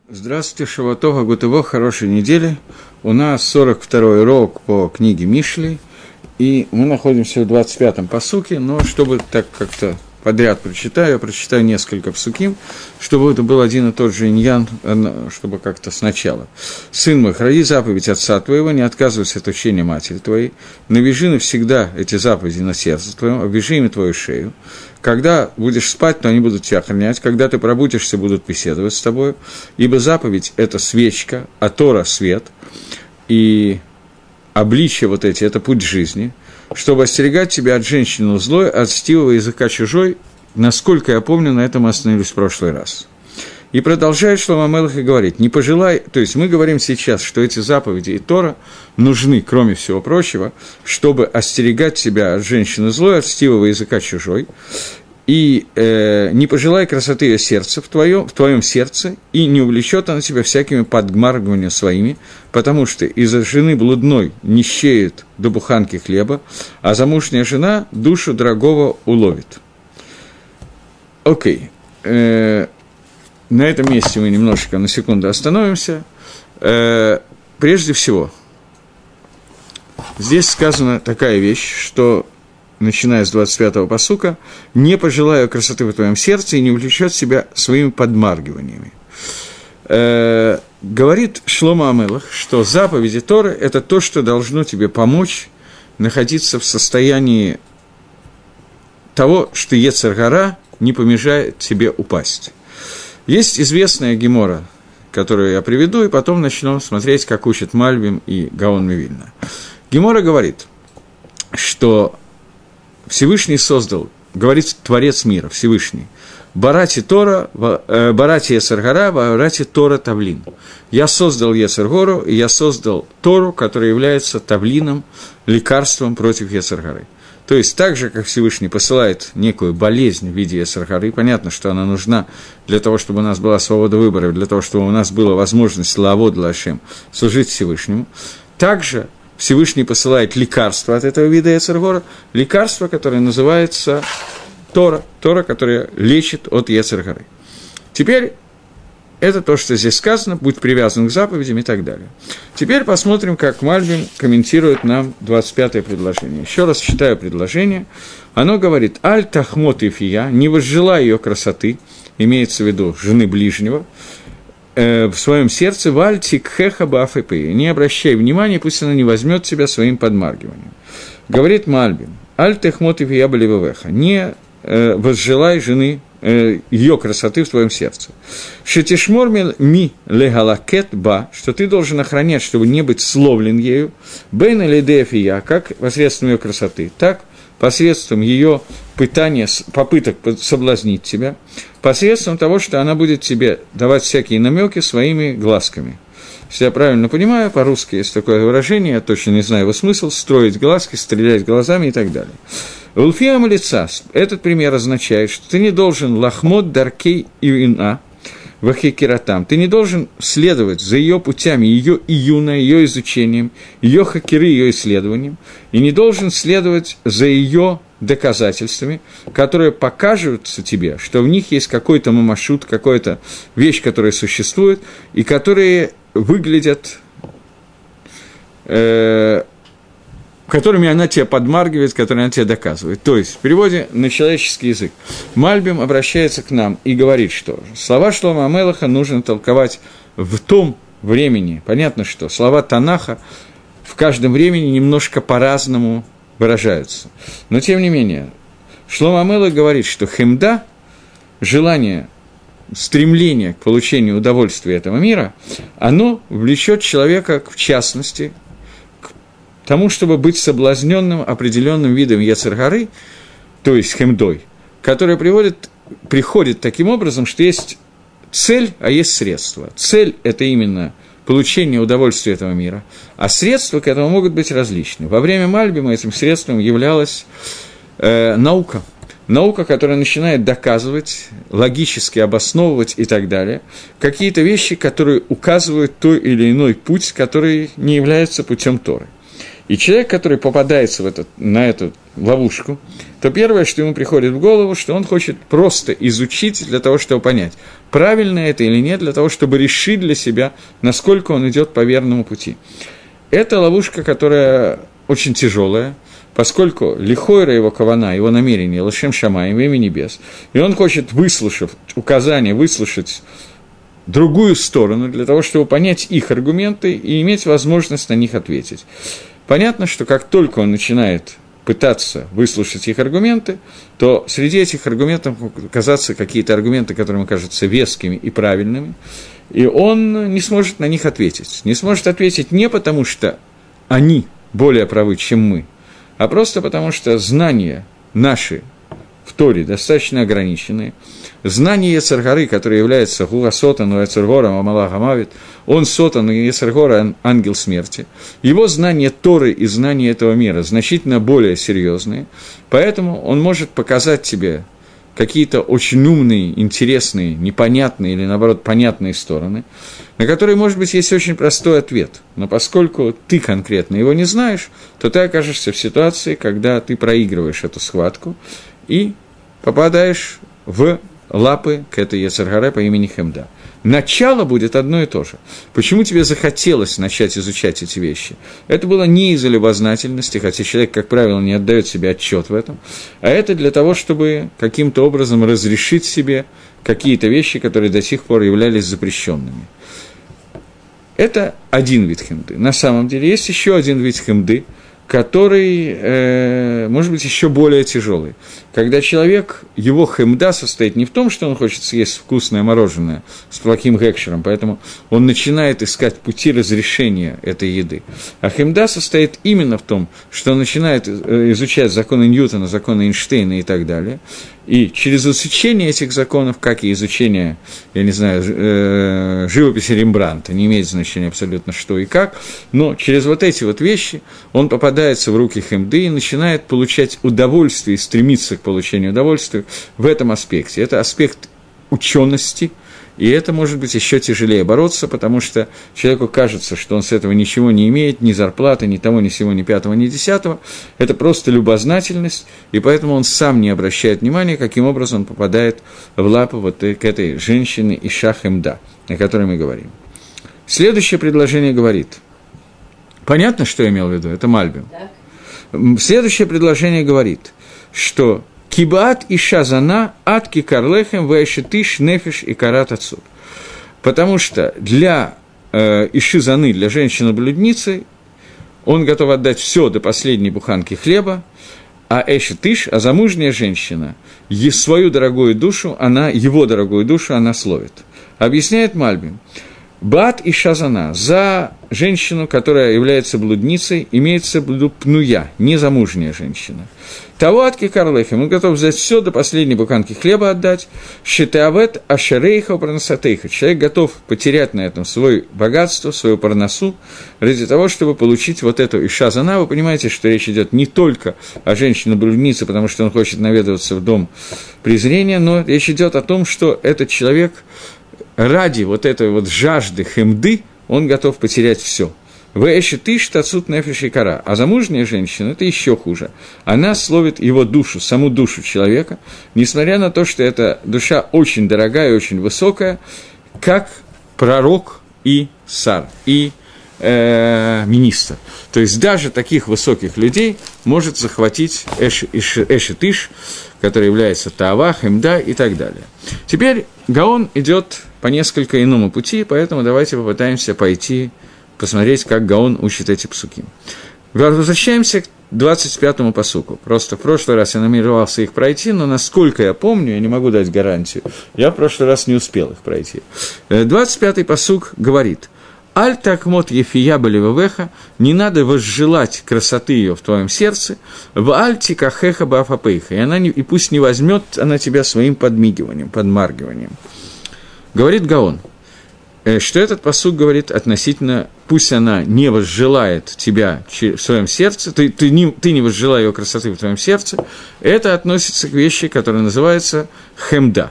Здравствуйте, Шавуатова, Гутово, хорошей недели. У нас 42-й урок по книге Мишли, и мы находимся в 25-м пасуке, но чтобы так как-то подряд прочитаю, я прочитаю несколько псуким, чтобы это был один и тот же иньян, чтобы как-то сначала. «Сын мой, храни заповедь отца твоего, не отказывайся от учения матери твоей, навяжи навсегда эти заповеди на сердце твоем, обвяжи ими твою шею. Когда будешь спать, то они будут тебя охранять, когда ты пробудишься, будут беседовать с тобой, ибо заповедь – это свечка, а Тора – свет, и обличья вот эти – это путь жизни, чтобы остерегать тебя от женщины злой, от льстивого языка чужой, насколько я помню, на этом мы остановились в прошлый раз». И продолжает Шломо ха-Мелех и говорит, не пожелай, то есть мы говорим сейчас, что эти заповеди и Тора нужны, кроме всего прочего, чтобы остерегать себя от женщины злой, от льстивого языка чужой, и не пожелай красоты ее сердца в твоем сердце, и не увлечет она тебя всякими подмаргиваниями своими, потому что из-за жены блудной нищеет до буханки хлеба, а замужняя жена душу дорогого уловит. Окей. На этом месте мы немножечко на секунду остановимся. Прежде всего, здесь сказана такая вещь, что, начиная с 25-го пасука, «Не пожелаю красоты в твоем сердце и не увлечет себя своими подмаргиваниями». Говорит Шломо ха-Мелех, что заповеди Торы – это то, что должно тебе помочь находиться в состоянии того, что Йецер гара не помешает тебе упасть. Есть известная гемора, которую я приведу, и потом начнем смотреть, как учат Мальбим и Гаон Мивильна. Гемора говорит, что Всевышний создал, говорит Творец мира, Всевышний, «Барати Тора, барати Йецер гара, барати Тора тавлин». Я создал Йецер гору, и я создал Тору, которая является тавлином, лекарством против Йецер гары. То есть, так же, как Всевышний посылает некую болезнь в виде Йецер гары, понятно, что она нужна для того, чтобы у нас была свобода выбора, для того, чтобы у нас была возможность лаавод лашем, служить Всевышнему, также Всевышний посылает лекарство от этого вида Йецер гара, лекарство, которое называется Тора, которая лечит от Йецер гары. Теперь это то, что здесь сказано, будь привязан к заповедям и так далее. Теперь посмотрим, как Мальбим комментирует нам 25-е предложение. Еще раз читаю предложение. Оно говорит, «Аль тахмот ифия, не возжелай ее красоты», имеется в виду жены ближнего, в своем сердце, «Валь тикхеха бафэпэ», не обращай внимания, пусть она не возьмет себя своим подмаргиванием. Говорит Мальбим, «Аль тахмот ифия балевавеха», не возжелай жены ее красоты в твоем сердце. Шетишмор ми легалакет ба, что ты должен охранять, чтобы не быть словлен ею, бейна ледефия, как посредством ее красоты, так посредством ее попыток соблазнить тебя, посредством того, что она будет тебе давать всякие намеки своими глазками. Если я правильно понимаю, по-русски есть такое выражение, я точно не знаю его смысл, строить глазки, стрелять глазами и так далее. Улфиам лица, этот пример означает, что ты не должен лахмот даркей июна вахикиратам, ты не должен следовать за ее путями, ее июна, ее изучением, ее хакиры, ее исследованием, и не должен следовать за ее доказательствами, которые покажутся тебе, что в них есть какой-то мамашут, какая-то вещь, которая существует, и которые выглядят, которыми она тебе подмаргивает, которые она тебе доказывает. То есть, в переводе на человеческий язык. Мальбим обращается к нам и говорит, что слова Шломо ха-Мелеха нужно толковать в том времени. Понятно, что слова Танаха в каждом времени немножко по-разному выражаются. Но, тем не менее, Шломо ха-Мелех говорит, что хемда, желание, стремление к получению удовольствия этого мира, оно влечет человека, в частности, тому, чтобы быть соблазненным определенным видом Йецер гары, то есть хемдой, которая приходит таким образом, что есть цель, а есть средства. Цель – это именно получение удовольствия этого мира, а средства к этому могут быть различны. Во время Мальбима этим средством являлась наука. Наука, которая начинает доказывать, логически обосновывать и так далее, какие-то вещи, которые указывают той или иной путь, который не является путем Торы. И человек, который попадается на эту ловушку, то первое, что ему приходит в голову, что он хочет просто изучить для того, чтобы понять, правильно это или нет, для того, чтобы решить для себя, насколько он идет по верному пути. Это ловушка, которая очень тяжелая, поскольку лихойра его кавана, его намерение, лашем шамаим, имя небес, и он хочет, выслушав указания, выслушать другую сторону, для того, чтобы понять их аргументы и иметь возможность на них ответить. Понятно, что как только он начинает пытаться выслушать их аргументы, то среди этих аргументов могут оказаться какие-то аргументы, которые ему кажутся вескими и правильными, и он не сможет на них ответить. Не сможет ответить не потому, что они более правы, чем мы, а просто потому, что знания наши в Торе достаточно ограниченные. Знание Йецер гары, которое является Гуа Сотан, Йецер гора, Амалах Амавит, он Сотан и Йецер гора, ангел смерти. Его знание Торы и знание этого мира значительно более серьезные, поэтому он может показать тебе какие-то очень умные, интересные, непонятные или, наоборот, понятные стороны, на которые, может быть, есть очень простой ответ. Но поскольку ты конкретно его не знаешь, то ты окажешься в ситуации, когда ты проигрываешь эту схватку и попадаешь в лапы к этой Йецер гаре по имени Хемда. Начало будет одно и то же. Почему тебе захотелось начать изучать эти вещи? Это было не из-за любознательности, хотя человек, как правило, не отдает себе отчет в этом, а это для того, чтобы каким-то образом разрешить себе какие-то вещи, которые до сих пор являлись запрещенными. Это один вид хемды. На самом деле есть еще один вид хемды, который, может быть, еще более тяжелый. Когда человек, его хемда состоит не в том, что он хочет съесть вкусное мороженое с плохим гекшером, поэтому он начинает искать пути разрешения этой еды. А хемда состоит именно в том, что он начинает изучать законы Ньютона, законы Эйнштейна и так далее. И через изучение этих законов, как и изучение, я не знаю, живописи Рембрандта, не имеет значения абсолютно что и как, но через вот эти вот вещи он попадается в руки хемды и начинает получать удовольствие и стремиться к получению удовольствия в этом аспекте. Это аспект учености, и это может быть еще тяжелее бороться, потому что человеку кажется, что он с этого ничего не имеет, ни зарплаты, ни того, ни сего, ни пятого, ни десятого. Это просто любознательность, и поэтому он сам не обращает внимания, каким образом он попадает в лапы вот к этой женщине Иша Хемда, о которой мы говорим. Следующее предложение говорит. Понятно, что я имел в виду? Это Мальбим. Следующее предложение говорит, что «Кибаат иша зана ад кикарлехем вэшетиш нефиш и карат отцур». Потому что для иши заны, для женщины-блудницы, он готов отдать все до последней буханки хлеба, а эшетиш, а замужняя женщина, свою дорогую душу, его дорогую душу она словит. Объясняет Мальбим. Баат и шазана, за женщину, которая является блудницей, имеется в виду пнуя, незамужняя женщина. Того атки карлехем, он готов взять все до последней буханки хлеба отдать, шитеавет ашерейха парнасатейха. Человек готов потерять на этом свое богатство, свою парнасу, ради того, чтобы получить вот эту ишазана. Вы понимаете, что речь идет не только о женщине-блуднице, потому что он хочет наведываться в дом презрения, но речь идет о том, что этот человек ради вот этой вот жажды хемды он готов потерять все. Вэшетиш тацут нефеш и кара. А замужняя женщина – это еще хуже. Она словит его душу, саму душу человека, несмотря на то, что эта душа очень дорогая и очень высокая, как пророк и сар, и министр. То есть даже таких высоких людей может захватить эшетиш, который является таава, хемда и так далее. Теперь Гаон идет по несколько иному пути, поэтому давайте попытаемся посмотреть, как Гаон учит эти псуки. Возвращаемся к 25-му пасуку. Просто в прошлый раз я намеревался их пройти, но, насколько я помню, я не могу дать гарантию, я в прошлый раз не успел их пройти. 25-й пасук говорит: «Аль такмот ефия балевевеха, не надо возжелать красоты ее в твоем сердце, в аль тикахеха бафапейха, и пусть не возьмет она тебя своим подмигиванием, подмаргиванием». Говорит Гаон, что этот пасук говорит относительно, пусть она не возжелает тебя в своем сердце, ты не возжелай ее красоты в твоем сердце, это относится к вещи, которая называется хемда.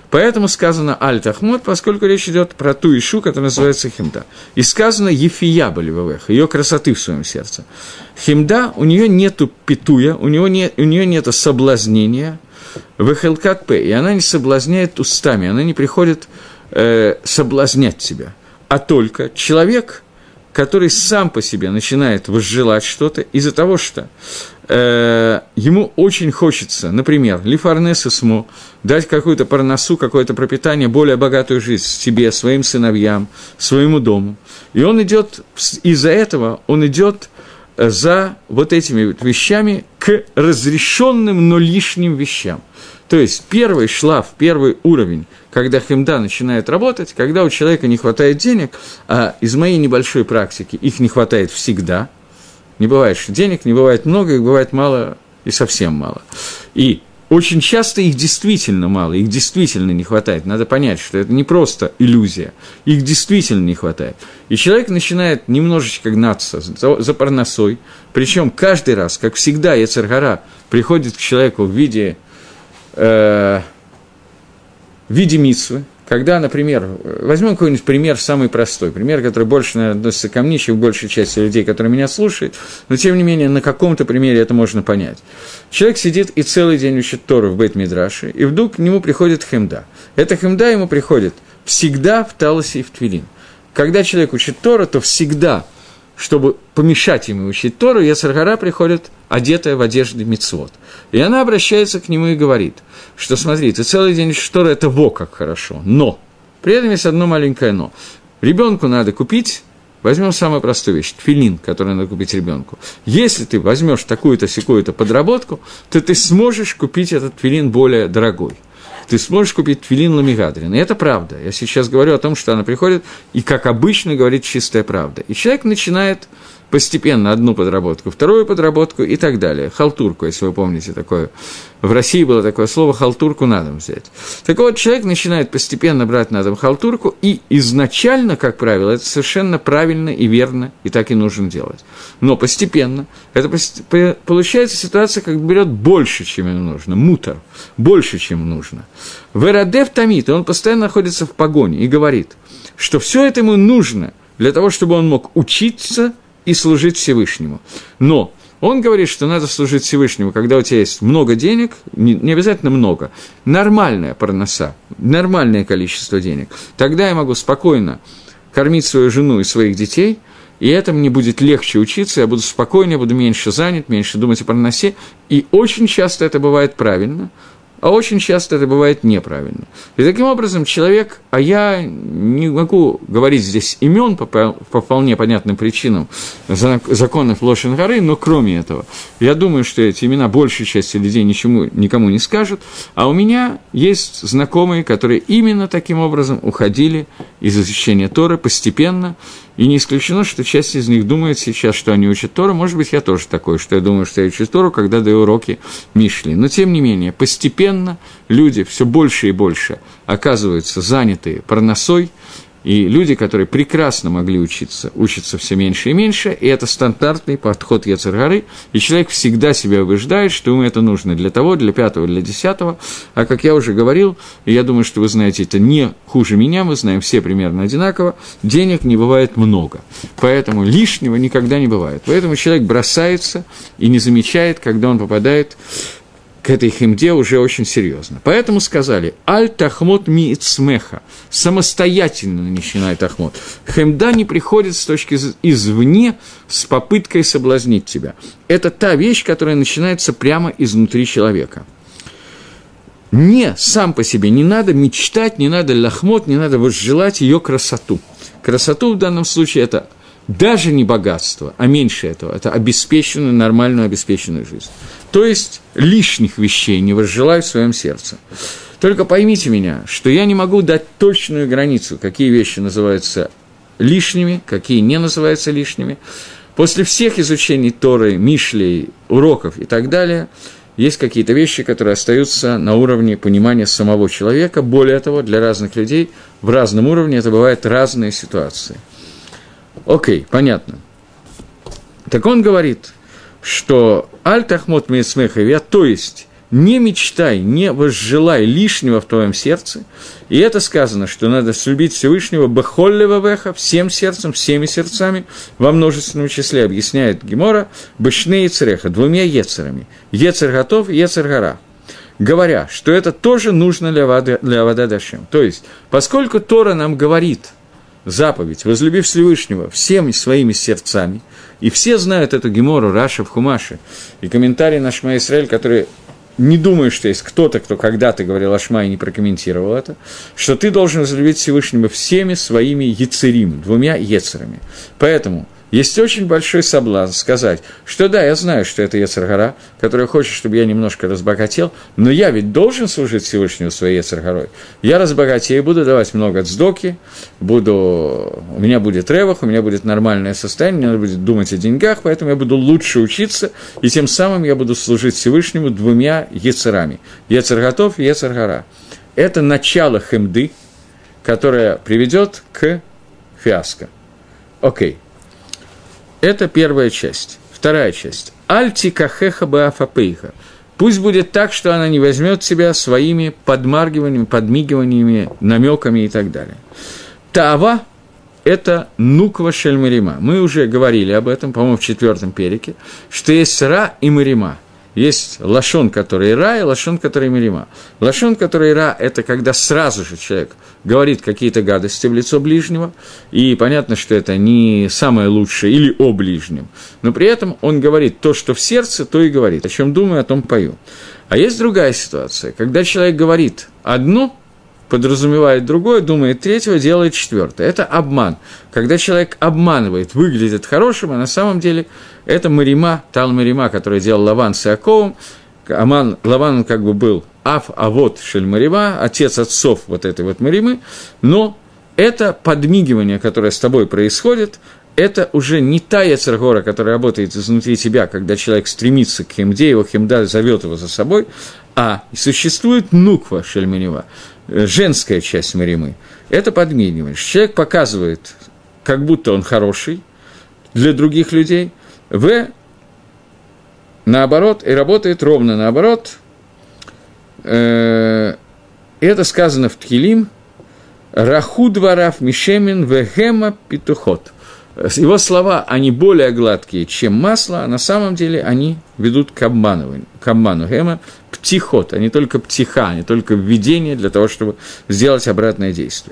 Поэтому сказано «аль-тахмот», поскольку речь идет про ту ишу, которая называется химда. И сказано «ефия балевавех», ее красоты в своем сердце. Химда, у нее нету питуя, у нее нету соблазнения, вехелкат пэ, и она не соблазняет устами, она не приходит соблазнять себя, а только человек, который сам по себе начинает возжелать что-то из-за того, что ему очень хочется, например, лифарнес и смо, дать какую-то парносу, какое-то пропитание, более богатую жизнь себе, своим сыновьям, своему дому. И он идет, из-за этого он идет за вот этими вещами к разрешенным, но лишним вещам. То есть первый шлаф, первый уровень, когда химда начинает работать, когда у человека не хватает денег, а из моей небольшой практики их не хватает всегда, не бывает денег, не бывает много, их бывает мало и совсем мало. И очень часто их действительно мало, их действительно не хватает. Надо понять, что это не просто иллюзия, их действительно не хватает. И человек начинает немножечко гнаться за парносой, причем каждый раз, как всегда, йецер гара приходит к человеку в виде мицвы, когда, например, возьмем какой-нибудь пример, самый простой, пример, который больше, наверное, относится ко мне, чем к большей части людей, которые меня слушают, но, тем не менее, на каком-то примере это можно понять. Человек сидит и целый день учит Тору в Бейт-Мидраше, и вдруг к нему приходит хемда. Эта хемда ему приходит всегда в талосе и в твилин. Когда человек учит Тору, то всегда, чтобы помешать ему учить Тору, йецер гара приходит одетая в одежды мицвот. И она обращается к нему и говорит, что смотри, ты целый день учишь Тору, это во как хорошо, но, при этом есть одно маленькое но. Ребенку надо купить, возьмем самую простую вещь, тфилин, который надо купить ребенку. Если ты возьмешь такую-то, сякую-то подработку, то ты сможешь купить этот тфилин более дорогой. Ты сможешь купить тфилин ламигадрин. И это правда. Я сейчас говорю о том, что она приходит, и, как обычно, говорит чистая правда. И человек начинает постепенно одну подработку, вторую подработку и так далее. Халтурку, если вы помните такое. В России было такое слово «халтурку на дом взять». Так вот, человек начинает постепенно брать на дом халтурку, и изначально, как правило, это совершенно правильно и верно, и так и нужно делать. Но постепенно, это получается ситуация, как берет больше, чем ему нужно, мутар, больше, чем нужно. Верадев тамит, он постоянно находится в погоне и говорит, что все это ему нужно для того, чтобы он мог учиться и служить Всевышнему. Но он говорит, что надо служить Всевышнему, когда у тебя есть много денег, не обязательно много, нормальная парноса, нормальное количество денег. Тогда я могу спокойно кормить свою жену и своих детей, и это мне будет легче учиться, я буду спокойнее, буду меньше занят, меньше думать о парносе. И очень часто это бывает правильно, а очень часто это бывает неправильно. И таким образом человек, а я не могу говорить здесь имен по вполне понятным причинам законов Лошен горы, но кроме этого, я думаю, что эти имена большей части людей никому не скажут, а у меня есть знакомые, которые именно таким образом уходили из изучения Торы постепенно, и не исключено, что часть из них думает сейчас, что они учат Тору. Может быть, я тоже такой, что я думаю, что я учу Тору, когда даю уроки Мишли. Но, тем не менее, постепенно люди все больше и больше оказываются заняты парносой, и люди, которые прекрасно могли учиться все меньше и меньше, и это стандартный подход йецер гары, и человек всегда себя убеждает, что ему это нужно для того, для 5-го, для 10-го, а как я уже говорил, и я думаю, что вы знаете это не хуже меня, мы знаем все примерно одинаково, денег не бывает много, поэтому лишнего никогда не бывает, поэтому человек бросается и не замечает, когда он попадает к этой химде уже очень серьезно. Поэтому сказали «Аль-тахмот ми-ицмеха» – самостоятельно начинай тахмот. Химда не приходит с точки извне с попыткой соблазнить тебя. Это та вещь, которая начинается прямо изнутри человека. Не сам по себе, не надо мечтать, не надо лахмот, не надо возжелать ее красоту. Красоту в данном случае – это даже не богатство, а меньше этого – это обеспеченную, нормальную обеспеченную жизнь. То есть лишних вещей не возжелаю в своем сердце. Только поймите меня, что я не могу дать точную границу, какие вещи называются лишними, какие не называются лишними. После всех изучений Торы, Мишлей, уроков и так далее, есть какие-то вещи, которые остаются на уровне понимания самого человека. Более того, для разных людей в разном уровне это бывают разные ситуации. Окей, понятно. Так он говорит, что «Аль-тахмот меэцмеха», то есть не мечтай, не возжелай лишнего в твоем сердце. И это сказано, что надо любить Всевышнего бехоллева веха, всем сердцем, всеми сердцами, во множественном числе, объясняет Гемора, бешне и цереха, двумя ецерами, ецер готов, ецер гора, говоря, что это тоже нужно для авада дашем. То есть, поскольку Тора нам говорит заповедь, возлюби Всевышнего всеми своими сердцами, и все знают эту Гемору, Раша в Хумаше, и комментарий на Шма Исраэль, который не думаю, что есть кто-то, кто когда-то говорил о Шма и не прокомментировал это, что ты должен возлюбить Всевышнего всеми своими ецерим, двумя ецерами. Поэтому есть очень большой соблазн сказать, что да, я знаю, что это ецер гора, который хочет, чтобы я немножко разбогател, но я ведь должен служить Всевышнему своей ецер горой. Я разбогатею, буду давать много цдоки, у меня будет ревах, у меня будет нормальное состояние, мне надо будет думать о деньгах, поэтому я буду лучше учиться, и тем самым я буду служить Всевышнему двумя ецерами. Ецер готов и ецер гора. Это начало хемды, которое приведет к фиаско. Окей. Это первая часть. Вторая часть. «Альти кахеха баафапейха». Пусть будет так, что она не возьмет себя своими подмаргиваниями, подмигиваниями, намеками и так далее. «Таава» – это нуква шель марима. Мы уже говорили об этом, по-моему, в 4 перике, что есть ра и марима. Есть лашон, который ра, и лашон, который марима. Лашон, который ра – это когда сразу же человек говорит какие-то гадости в лицо ближнего, и понятно, что это не самое лучшее, или о ближнем, но при этом он говорит то, что в сердце, то и говорит, о чем думаю, о том пою. А есть другая ситуация, когда человек говорит одно, подразумевает другое, думает третьего, делает четвертое. Это обман. Когда человек обманывает, выглядит хорошим, а на самом деле это марима, тал марима, который делал Лаван с Иаковом. Лаван, он как бы был авот шель марима, отец отцов вот этой вот маримы, но это подмигивание, которое с тобой происходит, это уже не та ецер гора, которая работает изнутри тебя, когда человек стремится к хемде, его хемда зовет его за собой, а существует нуква шель марима, женская часть маримы. Это подмигивание. Человек показывает, как будто он хороший для других людей, наоборот, и работает ровно наоборот. Это сказано в Тхилим, «Раху дворав мишемин вегема петухот». Его слова, они более гладкие, чем масло, а на самом деле они ведут к обману. Гема – птихот, а не только птиха, не только введение для того, чтобы сделать обратное действие.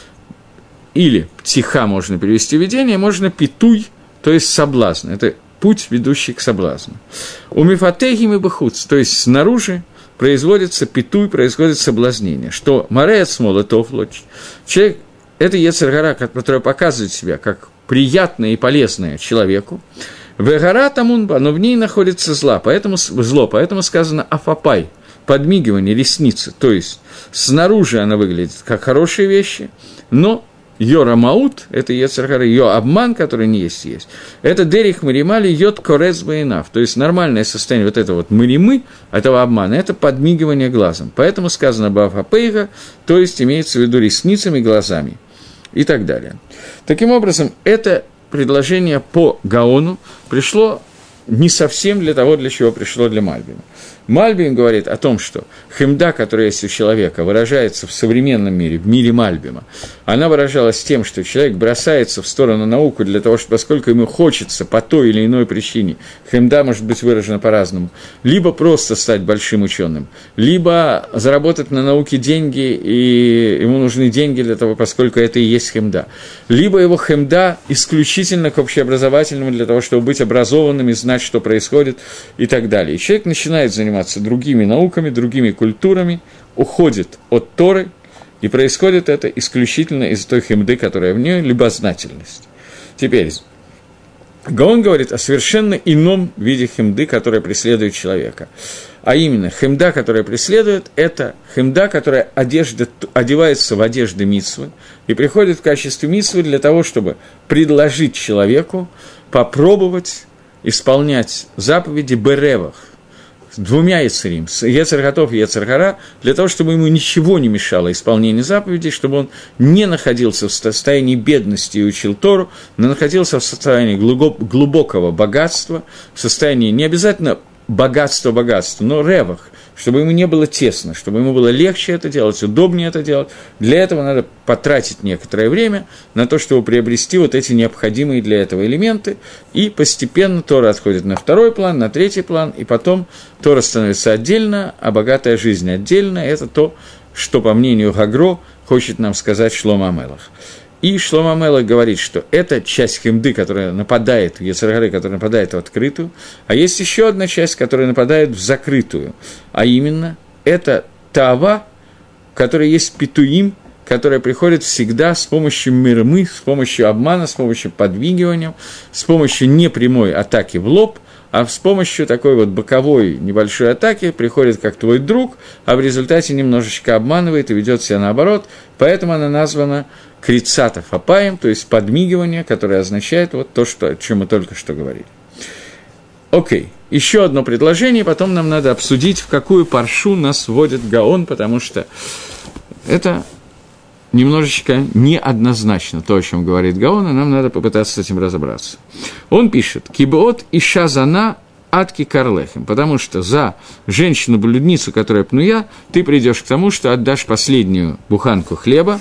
Или птиха можно перевести в видение, можно петуй, то есть соблазн. Это путь, ведущий к соблазну. У мифатехим и бахуц, то есть снаружи, производится петуй, происходит соблазнение. Что мареет смола тофлоч. Человек – это ецер гора, которая показывает себя как приятное и полезное человеку. Вегара тамунба, но в ней находится зло, поэтому сказано афапай, подмигивание, ресницы. То есть снаружи она выглядит как хорошие вещи, но ее рамаут, это ецер гора, ее обман, который не есть. Это дерих маримали йод корец баинав, то есть нормальное состояние вот этого вот маримы, этого обмана, это подмигивание глазом. Поэтому сказано бафапейга, то есть имеется в виду ресницами, глазами и так далее. Таким образом, это предложение по Гаону пришло не совсем для того, для чего пришло для Мальбима. Мальбим говорит о том, что хемда, которая есть у человека, выражается в современном мире, в мире Мальбима. Она выражалась тем, что человек бросается в сторону науки для того, что, поскольку ему хочется по той или иной причине, хемда может быть выражена по-разному, либо просто стать большим ученым, либо заработать на науке деньги, и ему нужны деньги для того, поскольку это и есть хемда, либо его хемда исключительно к общеобразовательному для того, чтобы быть образованным и знать, что происходит, и так далее. И человек начинает заниматься другими науками, другими культурами, уходит от Торы, и происходит это исключительно из той хемды, которая в ней, любознательность. Теперь, Гаон говорит о совершенно ином виде хемды, которая преследует человека. А именно, хемда, которая преследует, это хемда, которая одевается в одежды мицвы и приходит в качестве мицвы для того, чтобы предложить человеку попробовать исполнять заповеди беревах, двумя яцерим, яцер готов и яцер гора, для того, чтобы ему ничего не мешало исполнению заповедей, чтобы он не находился в состоянии бедности и учил Тору, но находился в состоянии глубокого богатства, в состоянии не обязательно богатство, но ревах, чтобы ему не было тесно, чтобы ему было легче это делать, удобнее это делать. Для этого надо потратить некоторое время на то, чтобы приобрести вот эти необходимые для этого элементы, и постепенно Тора отходит на второй план, на третий план, и потом Тора становится отдельно, а богатая жизнь отдельно. Это то, что, по мнению Гагро, хочет нам сказать Шломо ха-Мелех. И Шломо ха-Мелех говорит, что это часть хемды, которая нападает, йецер гара, которая нападает в открытую, а есть еще одна часть, которая нападает в закрытую, а именно это таава, которая есть питуим, которая приходит всегда с помощью мирмы, с помощью обмана, с помощью подвигивания, с помощью непрямой атаки в лоб, а с помощью такой вот боковой небольшой атаки приходит как твой друг, а в результате немножечко обманывает и ведет себя наоборот, поэтому она названа крицатов апаем, то есть подмигивание, которое означает вот то, о чем мы только что говорили. Окей, еще одно предложение, потом нам надо обсудить, в какую паршу нас вводит Гаон, потому что это немножечко неоднозначно то, о чем говорит Гаон, и нам надо попытаться с этим разобраться. Он пишет: «Кибоот иша зана атки карлехем», потому что за женщину-блудницу, которая пнуя, ты придешь к тому, что отдашь последнюю буханку хлеба,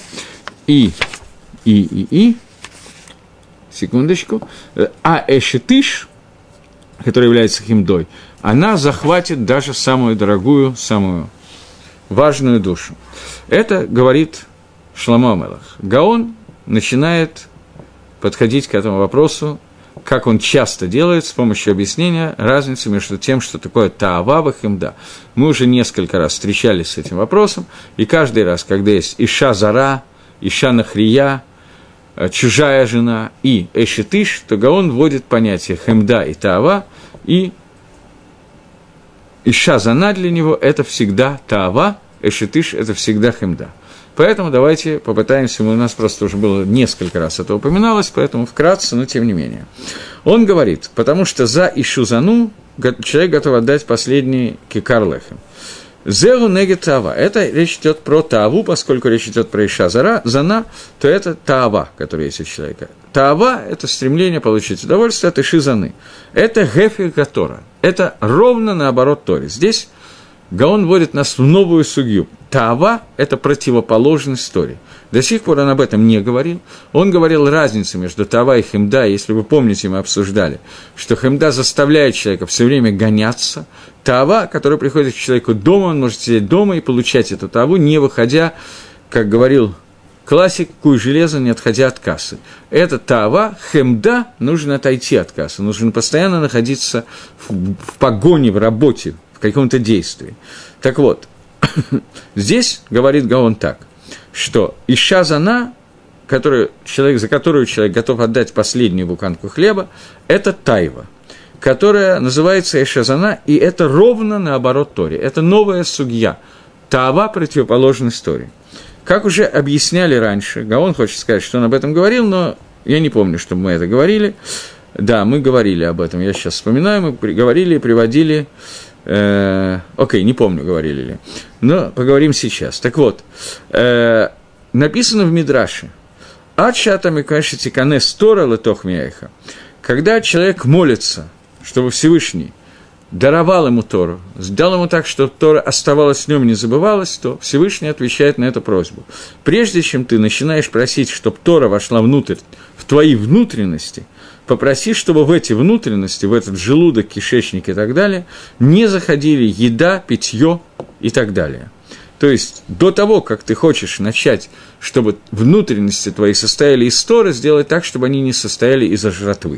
секундочку, а эшетыш, которая является химдой, она захватит даже самую дорогую, самую важную душу. Это говорит Шломо ха-Мелех. Гаон начинает подходить к этому вопросу, как он часто делает, с помощью объяснения разницы между тем, что такое таава и химда. Мы уже несколько раз встречались с этим вопросом, и каждый раз, когда есть иша зара, иша нахрия, чужая жена и эшетыш, то Гаон вводит понятие хемда и таава, и иша зана для него – это всегда таава, эшетыш – это всегда хемда. Поэтому давайте попытаемся, у нас просто уже было несколько раз это упоминалось, поэтому вкратце, но тем не менее. Он говорит, потому что за ишу зану человек готов отдать последний кикар лехем. Зеру неге таава. Это речь идет про тааву, поскольку речь идет про иша зана, то это таава, которая есть у человека. Таава – это стремление получить удовольствие от иши заны. Это гефер гатора. Это ровно наоборот Торе. Здесь Гаон вводит нас в новую сугью. Таава – это противоположность Торе. До сих пор он об этом не говорил. Он говорил разницу между таава и хемда. Если вы помните, мы обсуждали, что хемда заставляет человека все время гоняться. Таава, который приходит к человеку дома, он может сидеть дома и получать эту тааву, не выходя, как говорил классик, куй железо, не отходя от кассы. Это таава, хемда, нужно отойти от кассы, нужно постоянно находиться в погоне, в работе, в каком-то действии. Так вот, здесь говорит Гаон так, что иша зана, за которую человек готов отдать последнюю буханку хлеба, это тайва, которая называется иша зана, и это ровно наоборот Торе. Это новая сугья. Таава – противоположность Торе. Как уже объясняли раньше, Гаон хочет сказать, что он об этом говорил, но я не помню, чтобы мы это говорили. Да, мы говорили об этом, я сейчас вспоминаю, мы говорили и приводили... Окей, не помню, говорили ли. Но поговорим сейчас. Так вот, написано в Мидраше: «Ад-шатами, конечно, тиканес Тора летох мияйха». Когда человек молится, чтобы Всевышний даровал ему Тору, сделал ему так, чтобы Тора оставалась в нем, не забывалась, то Всевышний отвечает на эту просьбу. Прежде чем ты начинаешь просить, чтобы Тора вошла внутрь, в твои внутренности, попроси, чтобы в эти внутренности, в этот желудок, кишечник и так далее, не заходили еда, питье и так далее. То есть, до того, как ты хочешь начать, чтобы внутренности твои состояли из Торы, сделай так, чтобы они не состояли из жратвы.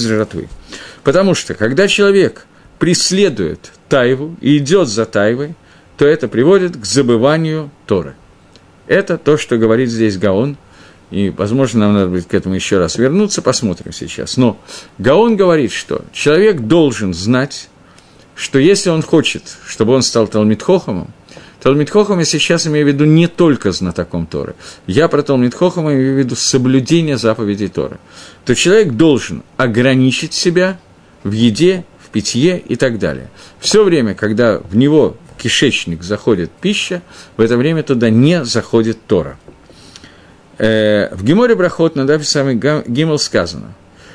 Потому что, когда человек преследует тайву и идет за тайвой, то это приводит к забыванию Торы. Это то, что говорит здесь Гаон. И, возможно, нам надо будет к этому еще раз вернуться, посмотрим сейчас. Но Гаон говорит, что человек должен знать, что если он хочет, чтобы он стал Талмид Хохамом, Талмид Хохам я сейчас имею в виду не только знатоком Торы. Я про Талмид Хохама имею в виду соблюдение заповедей Торы. То человек должен ограничить себя в еде, в питье и так далее. Все время, когда в него кишечник заходит пища, в это время туда не заходит Тора. В Геморе Брахот на дафе самый Гимел сказано: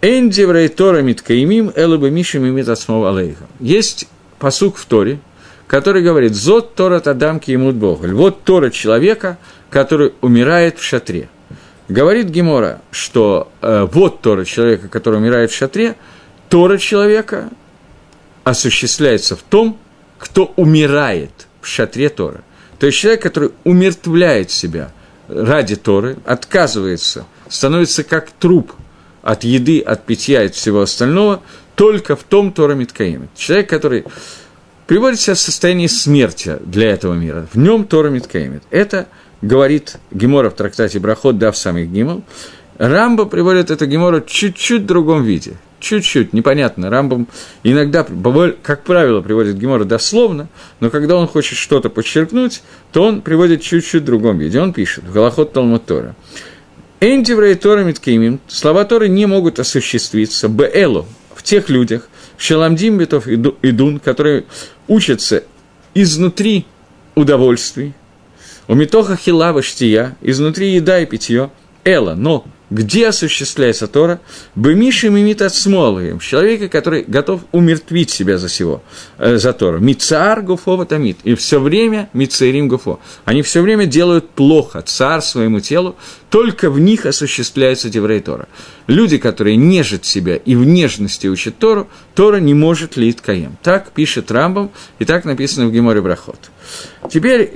Эндиврей Тора миткаимим элэбэ мишим имит асмов алейха. Есть пасук в Торе, который говорит «Зот Тора тадам киимут боголь». Вот Тора человека, который умирает в шатре. Говорит Гемора, что вот Тора человека, который умирает в шатре, Тора человека осуществляется в том, кто умирает в шатре Тора. То есть человек, который умертвляет себя ради Торы, отказывается, становится как труп от еды, от питья и от всего остального, только в том Тора миткаимит. Человек, который приводит себя в состояние смерти для этого мира, в нем Тора миткаимит. Это говорит Гемора в трактате Брахот, дав самих Гимл. Рамба приводит это Гемора чуть-чуть в другом виде. Чуть-чуть, непонятно. Рамбам иногда, как правило, приводит Гемора дословно, но когда он хочет что-то подчеркнуть, то он приводит чуть-чуть в другом виде. Он пишет в Галахот Талмуд Тора. «Эндиврей Тора миткаимим» – слова Торы не могут осуществиться «бээлу» – в тех людях, «шеламдим бетов идун», которые учатся изнутри удовольствий, «у митоха хилава штия» – изнутри еда и питье, «эла», но где осуществляется Тора? «Бэмиши мимит отсмолываем» – человека, который готов умертвить себя за Тору. «Мицаар гуфо ватамит» – и все время «мицаарим гуфо». Они все время делают плохо цар своему телу, только в них осуществляется деврей Тора. Люди, которые нежат себя и в нежности учат Тору, Тора не может лит каем. Так пишет Рамбам, и так написано в Геморе Брахот. Теперь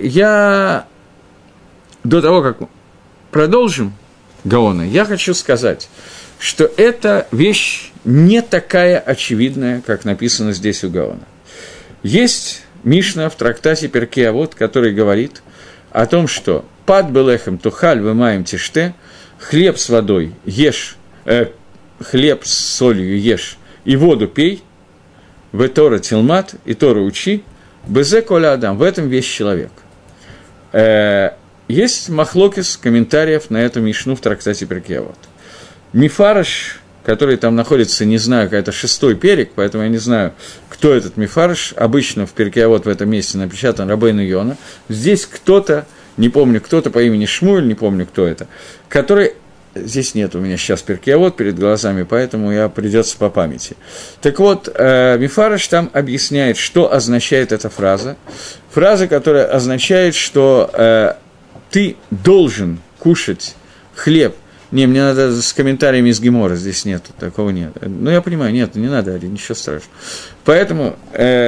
до того, как продолжим Гаона, я хочу сказать, что эта вещь не такая очевидная, как написано здесь у Гаона. Есть Мишна в трактате Перкей Авот, который говорит о том, что «Пад белехем тухаль вымаем тиште», хлеб с водой ешь, хлеб с солью ешь и воду пей, в Тора тилмат, и Тора учи, безе коля адам, в этом весь человек. Есть махлокис комментариев на эту Мишну в трактате Перкей Авот. Мифараш, который там находится, не знаю, это 6-й перек, поэтому я не знаю, кто этот Мифараш. Обычно в Перкей Авот в этом месте напечатан Рабейну Йона. Здесь кто-то, не помню, кто-то по имени Шмуэль, не помню, кто это, который... Здесь нет у меня сейчас Перкей Авот перед глазами, поэтому придется по памяти. Так вот, Мифараш там объясняет, что означает эта фраза. Фраза, которая означает, что... ты должен кушать хлеб. Не, мне надо с комментариями из Гемора, здесь нет, такого нет. Ну, я понимаю, нет, не надо, ничего страшного. Поэтому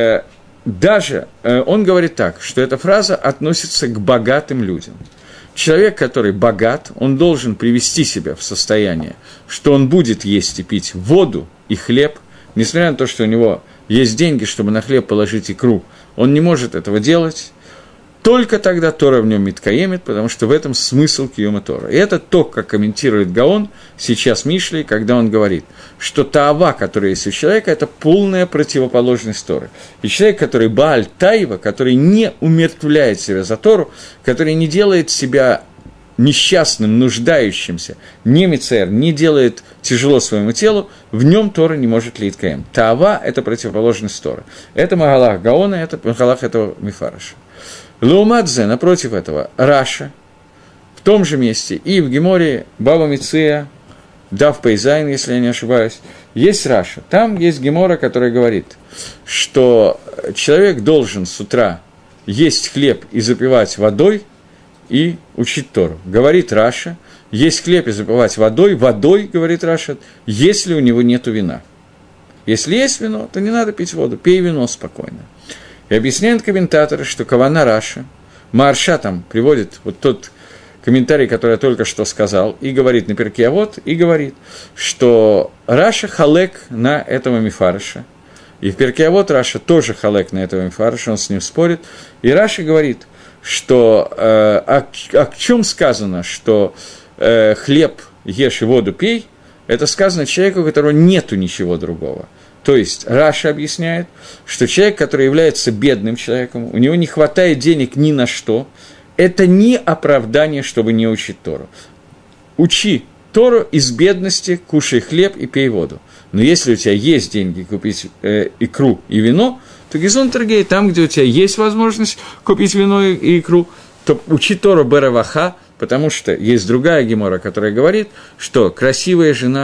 даже он говорит так, что эта фраза относится к богатым людям. Человек, который богат, он должен привести себя в состояние, что он будет есть и пить воду и хлеб, несмотря на то, что у него есть деньги, чтобы на хлеб положить икру, он не может этого делать. Только тогда Тора в нем миткаемит, потому что в этом смысл киюма Тора. И это то, как комментирует Гаон сейчас Мишлей, когда он говорит, что таава, которая есть у человека, это полная противоположность Торы. И человек, который Бааль Таива, который не умертвляет себя за Тору, который не делает себя несчастным, нуждающимся, не мицер, не делает тяжело своему телу, в нем Тора не может лит каем. Таава – это противоположность Торы. Это Магалах Гаона, это Магалах этого Мифараша. Леумадзе, напротив этого, Раша, в том же месте, и в Геморе Бава Меция, Дав Пейзайн, если я не ошибаюсь, есть Раша. Там есть Гемора, которая говорит, что человек должен с утра есть хлеб и запивать водой и учить Тору. Говорит Раша, есть хлеб и запивать водой, говорит Раша, если у него нет вина. Если есть вино, то не надо пить воду, пей вино спокойно. И объясняют комментаторы, что кавана Раша, Маарша там приводит вот тот комментарий, который я только что сказал, и говорит на Перкей Авот, и говорит, что Раша халек на этого Мифараша. И в Перкей Авот Раша тоже халек на этого Мифараша, он с ним спорит. И Раша говорит, что о чем сказано, что хлеб ешь и воду пей, это сказано человеку, у которого нету ничего другого. То есть Раша объясняет, что человек, который является бедным человеком, у него не хватает денег ни на что, это не оправдание, чтобы не учить Тору. Учи Тору из бедности, кушай хлеб и пей воду. Но если у тебя есть деньги купить икру и вино, то гизон торгей, там, где у тебя есть возможность купить вино и икру, то учи Тору бераваха, потому что есть другая гемора, которая говорит, что красивая жена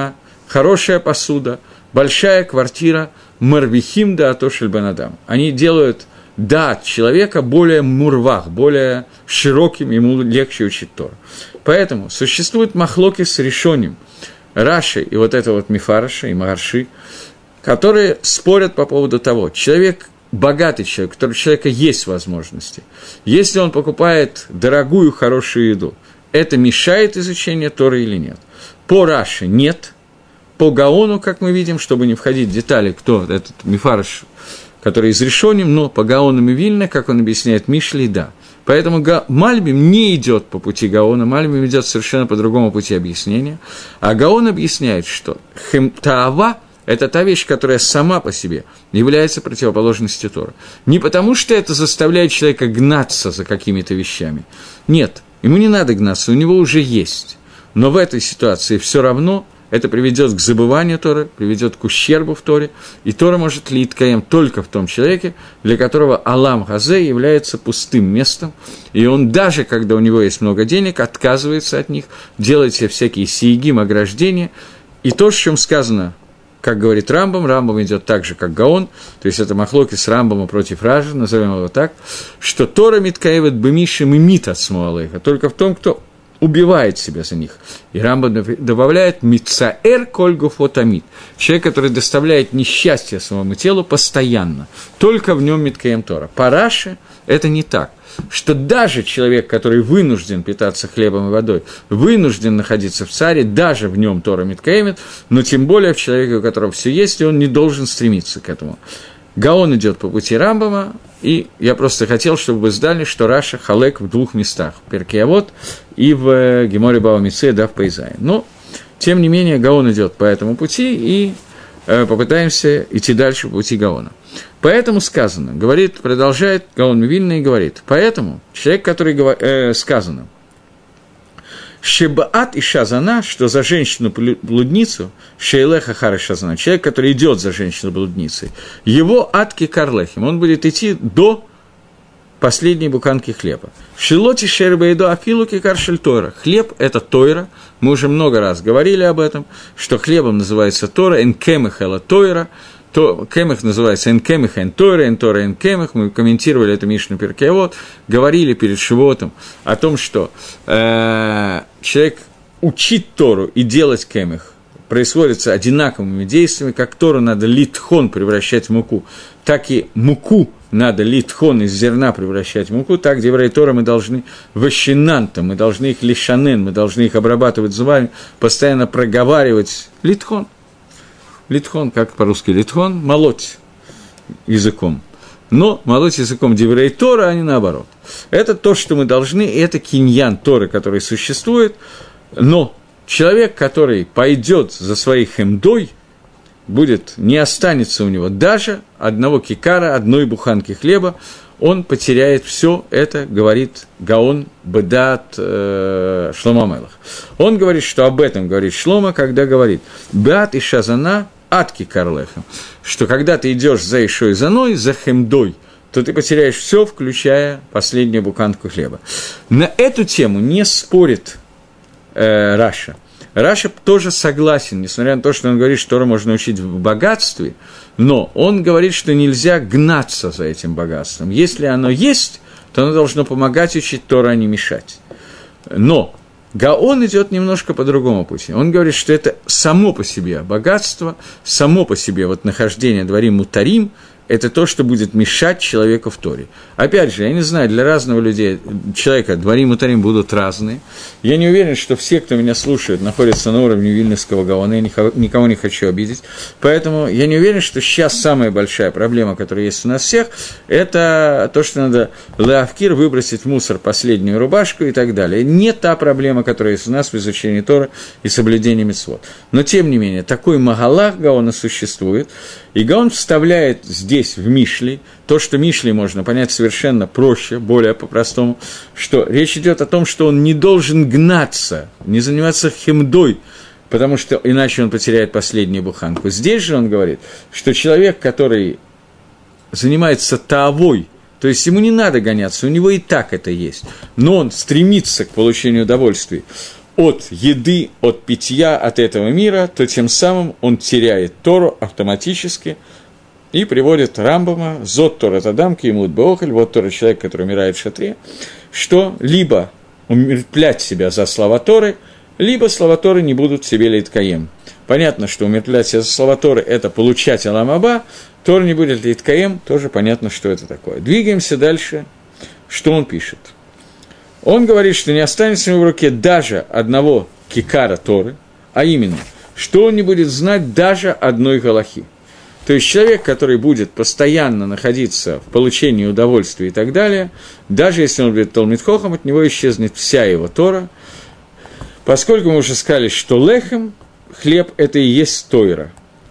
хорошая посуда, большая квартира, марвихим да атошель бен-адам. Они делают дат человека более мурвах, более широким, ему легче учить Тору. Поэтому существует махлоки с решением Раши и вот это вот Мифараша и Магарши, которые спорят по поводу того, человек, богатый человек, у человека есть возможности, если он покупает дорогую, хорошую еду, это мешает изучению Торы или нет? По Раши нет, по Гаону, как мы видим, чтобы не входить в детали, кто этот Мифараш, который из Решоним, но по Гаону Мивильна, как он объясняет Мишли, да. Поэтому Мальбим не идет по пути Гаона, Мальбим идет совершенно по другому пути объяснения, а Гаон объясняет, что Таава – это та вещь, которая сама по себе является противоположностью Торы. Не потому, что это заставляет человека гнаться за какими-то вещами. Нет, ему не надо гнаться, у него уже есть. Но в этой ситуации все равно это приведет к забыванию Торы, приведет к ущербу в Торе, и Тора может литкаем только в том человеке, для которого Алам Хазе является пустым местом, и он даже, когда у него есть много денег, отказывается от них, делает себе всякие сиегим, ограждения, и то, о чем сказано, как говорит Рамбам, Рамбам идет так же, как Гаон, то есть это махлоки с Рамбама против Ражи, назовем его так, что Тора миткаевет бемишем и мит от смуалейха, только в том, кто убивает себя за них. И Рамбам добавляет «мицаэр коль гуфотамид» – человек, который доставляет несчастье своему телу постоянно. Только в нем миткаем Тора. По Раши это не так. Что даже человек, который вынужден питаться хлебом и водой, вынужден находиться в царе, даже в нем Тора миткаемит, но тем более в человеке, у которого все есть, и он не должен стремиться к этому. Гаон идет по пути Рамбама, и я просто хотел, чтобы вы знали, что Раша халек в двух местах, в Перкей Авот и в Геморе Бава Меция, да, в Пейзае. Но, тем не менее, Гаон идет по этому пути, и попытаемся идти дальше по пути Гаона. Поэтому сказано, говорит, продолжает Гаон Мивильна и говорит, поэтому человек, который сказано, Шебаат и Шазана, что за женщину-блудницу, Шейлеха Хара Шазана, человек, который идет за женщину-блудницей, его атки карлехим, он будет идти до последней буханки хлеба. Шилоти Шербейдо Афилуки Каршель Тора. Хлеб – это Тойра. Мы уже много раз говорили об этом, что хлебом называется Тора, энкемех – это Тойра. Кемех называется «Энкемех Энтора», «Энтора Энкемех». Мы комментировали это Мишну Перкей Авот, говорили перед Шивотом о том, что человек учить Тору и делать кемех происходит одинаковыми действиями, как Тору надо литхон превращать в муку, так и муку надо литхон из зерна превращать в муку, так деврей Тора мы должны ващинанта, мы должны их лишанен, мы должны их обрабатывать зубами, постоянно проговаривать литхон. Литхон, как по-русски литхон, молоть языком. Но молоть языком деврей Тора, а не наоборот. Это то, что мы должны, и это киньян Торы, который существует. Но человек, который пойдет за своей хемдой, не останется у него даже одного кикара, одной буханки хлеба, он потеряет все это, говорит Гаон Бедат Шломо Мелех. Он говорит, что об этом говорит Шломо, когда говорит «Беат и Шазана атки карлехем», что когда ты идешь за Ишой Заной, за хемдой, то ты потеряешь все, включая последнюю буханку хлеба. На эту тему не спорит Раша. Раша тоже согласен, несмотря на то, что он говорит, что Тору можно учить в богатстве, но он говорит, что нельзя гнаться за этим богатством. Если оно есть, то оно должно помогать учить Тору, а не мешать. Но Гаон идет немножко по другому пути. Он говорит, что это само по себе богатство, само по себе вот нахождение дворим мутарим, это то, что будет мешать человеку в Торе. Опять же, я не знаю, для разного человека дворим и тарим будут разные. Я не уверен, что все, кто меня слушает, находятся на уровне Вильнюсского Гаона, я никого не хочу обидеть. Поэтому я не уверен, что сейчас самая большая проблема, которая есть у нас всех, это то, что надо леавкир выбросить в мусор последнюю рубашку и так далее. Не та проблема, которая есть у нас в изучении Торы и соблюдении мицвот. Но, тем не менее, такой магалах Гаона существует, и Гаон вставляет здесь, в Мишли, то, что Мишли можно понять совершенно проще, более по-простому, что речь идет о том, что он не должен гнаться, не заниматься хемдой, потому что иначе он потеряет последнюю буханку. Здесь же он говорит, что человек, который занимается таавой, то есть ему не надо гоняться, у него и так это есть, но он стремится к получению удовольствий от еды, от питья, от этого мира, то тем самым он теряет Тору автоматически и приводит Рамбама, «Зот Тора Тадам киимут беохель», вот Тора человек, который умирает в шатре, что либо умертвлять себя за слова Торы, либо слова Торы не будут в себе лейткаем. Понятно, что умертвлять себя за слова Торы – это получать Алам Аба, Тора не будет лейткаем, тоже понятно, что это такое. Двигаемся дальше, что он пишет. Он говорит, что не останется у него в руке даже одного кикара Торы, а именно, что он не будет знать даже одной галахи. То есть человек, который будет постоянно находиться в получении удовольствия и так далее, даже если он будет Талмид Хохам, от него исчезнет вся его Тора, поскольку мы уже сказали, что лехем, хлеб – это и есть Тойра.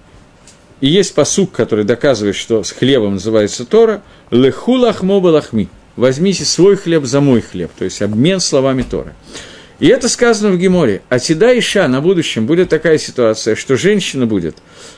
И есть пасук, который доказывает, что с хлебом называется Тора, леху лахмо балахми. Возьмите свой хлеб за мой хлеб, то есть обмен словами Торы. И это сказано в Геморе. А Тида Иша на будущем будет такая ситуация, что женщина будет,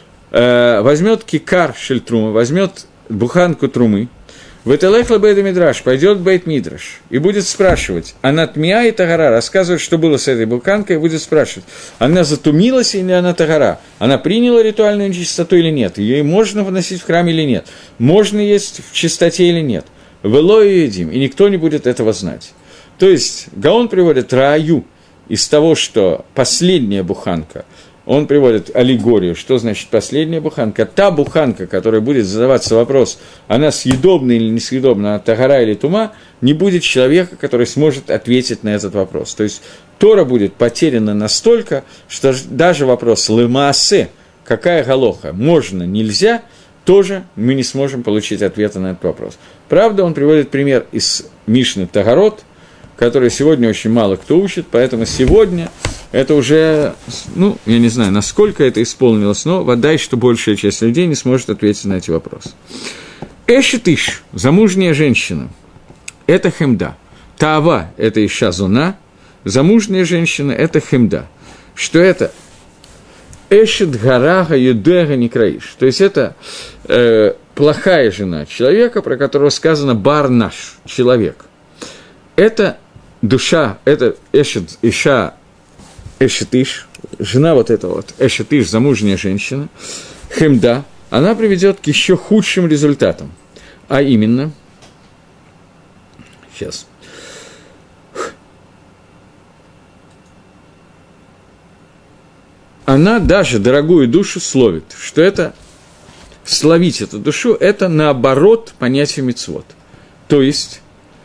возьмет кикар шельтрума, возьмет буханку трумы, вэтэлэхла бейда мидраш, пойдет бейт мидраш, и будет спрашивать, она тмия и тагара, рассказывает, что было с этой буханкой, и будет спрашивать, она затумилась или она тагара, она приняла ритуальную нечистоту или нет, ее можно вносить в храм или нет, можно есть в чистоте или нет. «Вело и едим», и никто не будет этого знать. То есть Гаон приводит рааю из того, что последняя буханка, он приводит аллегорию, что значит последняя буханка. Та буханка, которая будет задаваться вопрос, она съедобна или несъедобна, она тагара или тума, не будет человека, который сможет ответить на этот вопрос. То есть Тора будет потеряна настолько, что даже вопрос «лемаасе», какая галоха, можно, нельзя, тоже мы не сможем получить ответа на этот вопрос. Правда, он приводит пример из Мишны Тагарот, который сегодня очень мало кто учит, поэтому сегодня это уже, я не знаю, насколько это исполнилось, но водай, что большая часть людей не сможет ответить на эти вопросы. Эшет иш, замужняя женщина, это хемда. Таава – это иша зуна, замужняя женщина – это хемда. Что это? Эшет гарага юдега некраиш. То есть это плохая жена человека, про которого сказано бар наш, человек. Это душа, это эшет иша, эшет иш, жена вот эта вот, эшет иш, замужняя женщина, хемда, она приведет к еще худшим результатам. А именно, сейчас. Она даже дорогую душу словит, что это, словить эту душу, это наоборот понятие мицвот. То есть,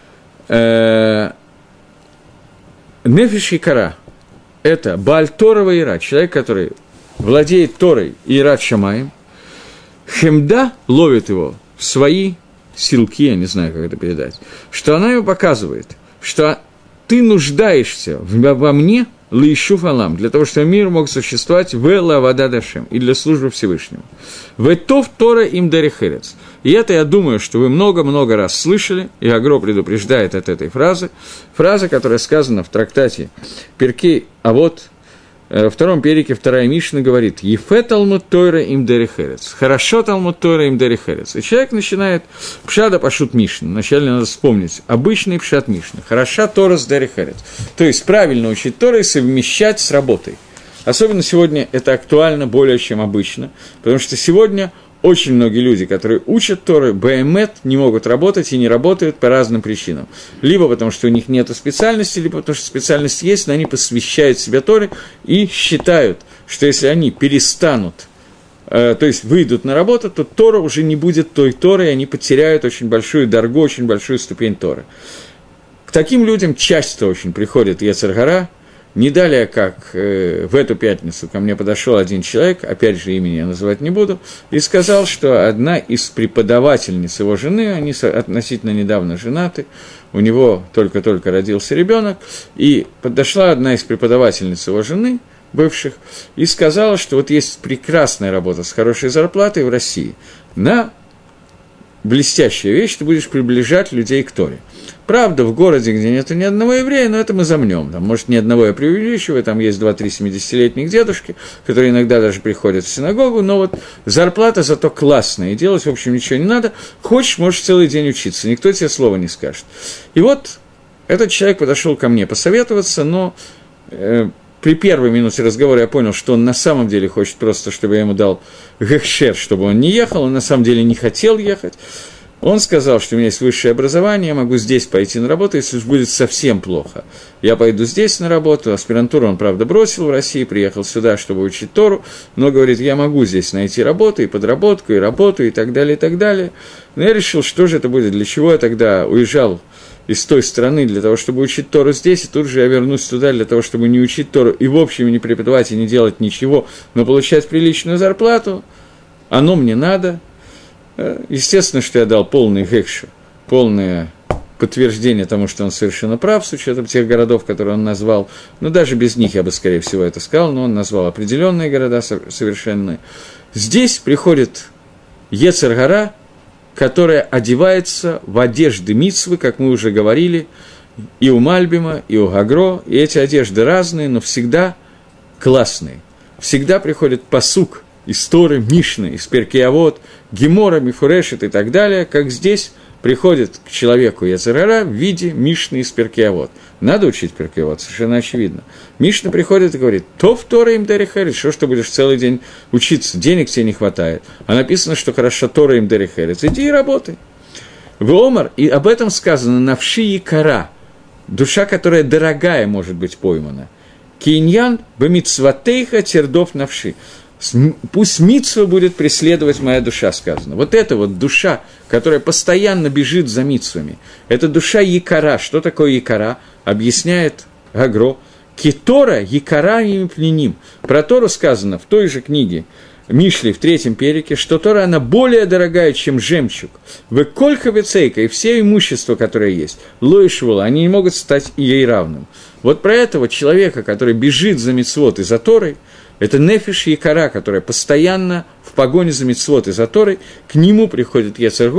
нефиш икара – это Бааль Тора ва Ира, человек, который владеет Торой и Ират Шамаем, хемда ловит его в свои силки, я не знаю, как это передать, что она ему показывает, что ты нуждаешься во мне, лейшуф алам, для того, чтобы мир мог существовать в лавада дашем, и для службы Всевышнему. Ветов Тора им дарихерец. И это, я думаю, что вы много-много раз слышали, и Агро предупреждает от этой фразы, фраза, которая сказана в трактате Перкей Авот, во втором перике, вторая Мишна говорит «Ефе Талмуд Тойра им дарихерец». «Хорошо Талмуд Тойра им дарихерец». И человек начинает пшада пашут Мишна. Вначале надо вспомнить обычный пшат Мишна. «Хороша Тора с дарихерец». То есть правильно учить Тору и совмещать с работой. Особенно сегодня это актуально более чем обычно, потому что сегодня очень многие люди, которые учат Торы, БМЭТ, не могут работать и не работают по разным причинам. Либо потому, что у них нет специальности, либо потому, что специальность есть, но они посвящают себя Торе и считают, что если они перестанут, то есть выйдут на работу, то Тора уже не будет той Торой, и они потеряют очень большую дорогу, очень большую ступень Торы. К таким людям часто очень приходит Йецер гара. Не далее, как в эту пятницу ко мне подошел один человек, опять же, имени я называть не буду, и сказал, что одна из преподавательниц его жены, они относительно недавно женаты, у него только-только родился ребенок, и подошла одна из преподавательниц его жены, бывших, и сказала, что вот есть прекрасная работа с хорошей зарплатой в России, блестящая вещь, ты будешь приближать людей к Торе. Правда, в городе, где нет ни одного еврея, но это мы замнем. Там, может, ни одного я преувеличиваю, там есть 2-3 70-летних дедушки, которые иногда даже приходят в синагогу, но вот зарплата зато классная, и делать, в общем, ничего не надо. Хочешь, можешь целый день учиться, никто тебе слова не скажет. И вот этот человек подошел ко мне посоветоваться, но при первой минуте разговора я понял, что он на самом деле хочет просто, чтобы я ему дал гехшер, чтобы он не ехал, он на самом деле не хотел ехать. Он сказал, что у меня есть высшее образование, я могу здесь пойти на работу, если уж будет совсем плохо. Я пойду здесь на работу, аспирантуру он, правда, бросил в России, приехал сюда, чтобы учить Тору, но говорит, я могу здесь найти работу, и подработку, и работу, и так далее, и так далее. Но я решил, что же это будет, для чего я тогда уезжал из той страны для того, чтобы учить Тору здесь, и тут же я вернусь туда для того, чтобы не учить Тору, и в общем не преподавать, и не делать ничего, но получать приличную зарплату, оно мне надо. Естественно, что я дал полный гекшу, полное подтверждение тому, что он совершенно прав, с учетом тех городов, которые он назвал. Но даже без них я бы, скорее всего, это сказал, но он назвал определенные города совершенные. Здесь приходит Йецер Гара, которая одевается в одежды мицвы, как мы уже говорили, и у Мальбима, и у Гагро, и эти одежды разные, но всегда классные. Всегда приходит пасук из Торы, Мишны, из Перкей Авот, Гемора, Мифурешет и так далее, как здесь приходит к человеку Йецер Гара в виде Мишны из Перкей Авот. Надо учить Перкей Авот, совершенно очевидно. Мишна приходит и говорит, то в Торе им дерехерец, что ж ты будешь целый день учиться, денег тебе не хватает. А написано, что хорошо Тора им дерехерец, иди и работай. В Омар, и об этом сказано, навши и кара, душа, которая дорогая может быть поймана. Киньян бамитсватейха тердов навши. Пусть мицва будет преследовать моя душа, сказано. Вот эта вот душа, которая постоянно бежит за мицвами, это душа якара. Что такое якара? Объясняет Гагро. Китора якара им пленим. Про Тору сказано в той же книге Мишли в 3 перике, что Тора, она более дорогая, чем жемчуг. Вы колька вецейка, и все имущество, которое есть, лоишвола, они не могут стать ей равным. Вот про этого человека, который бежит за мицвот и за Торой, это нефиш якара, которая постоянно в погоне за мицвот и за Торой, к нему приходит Йецер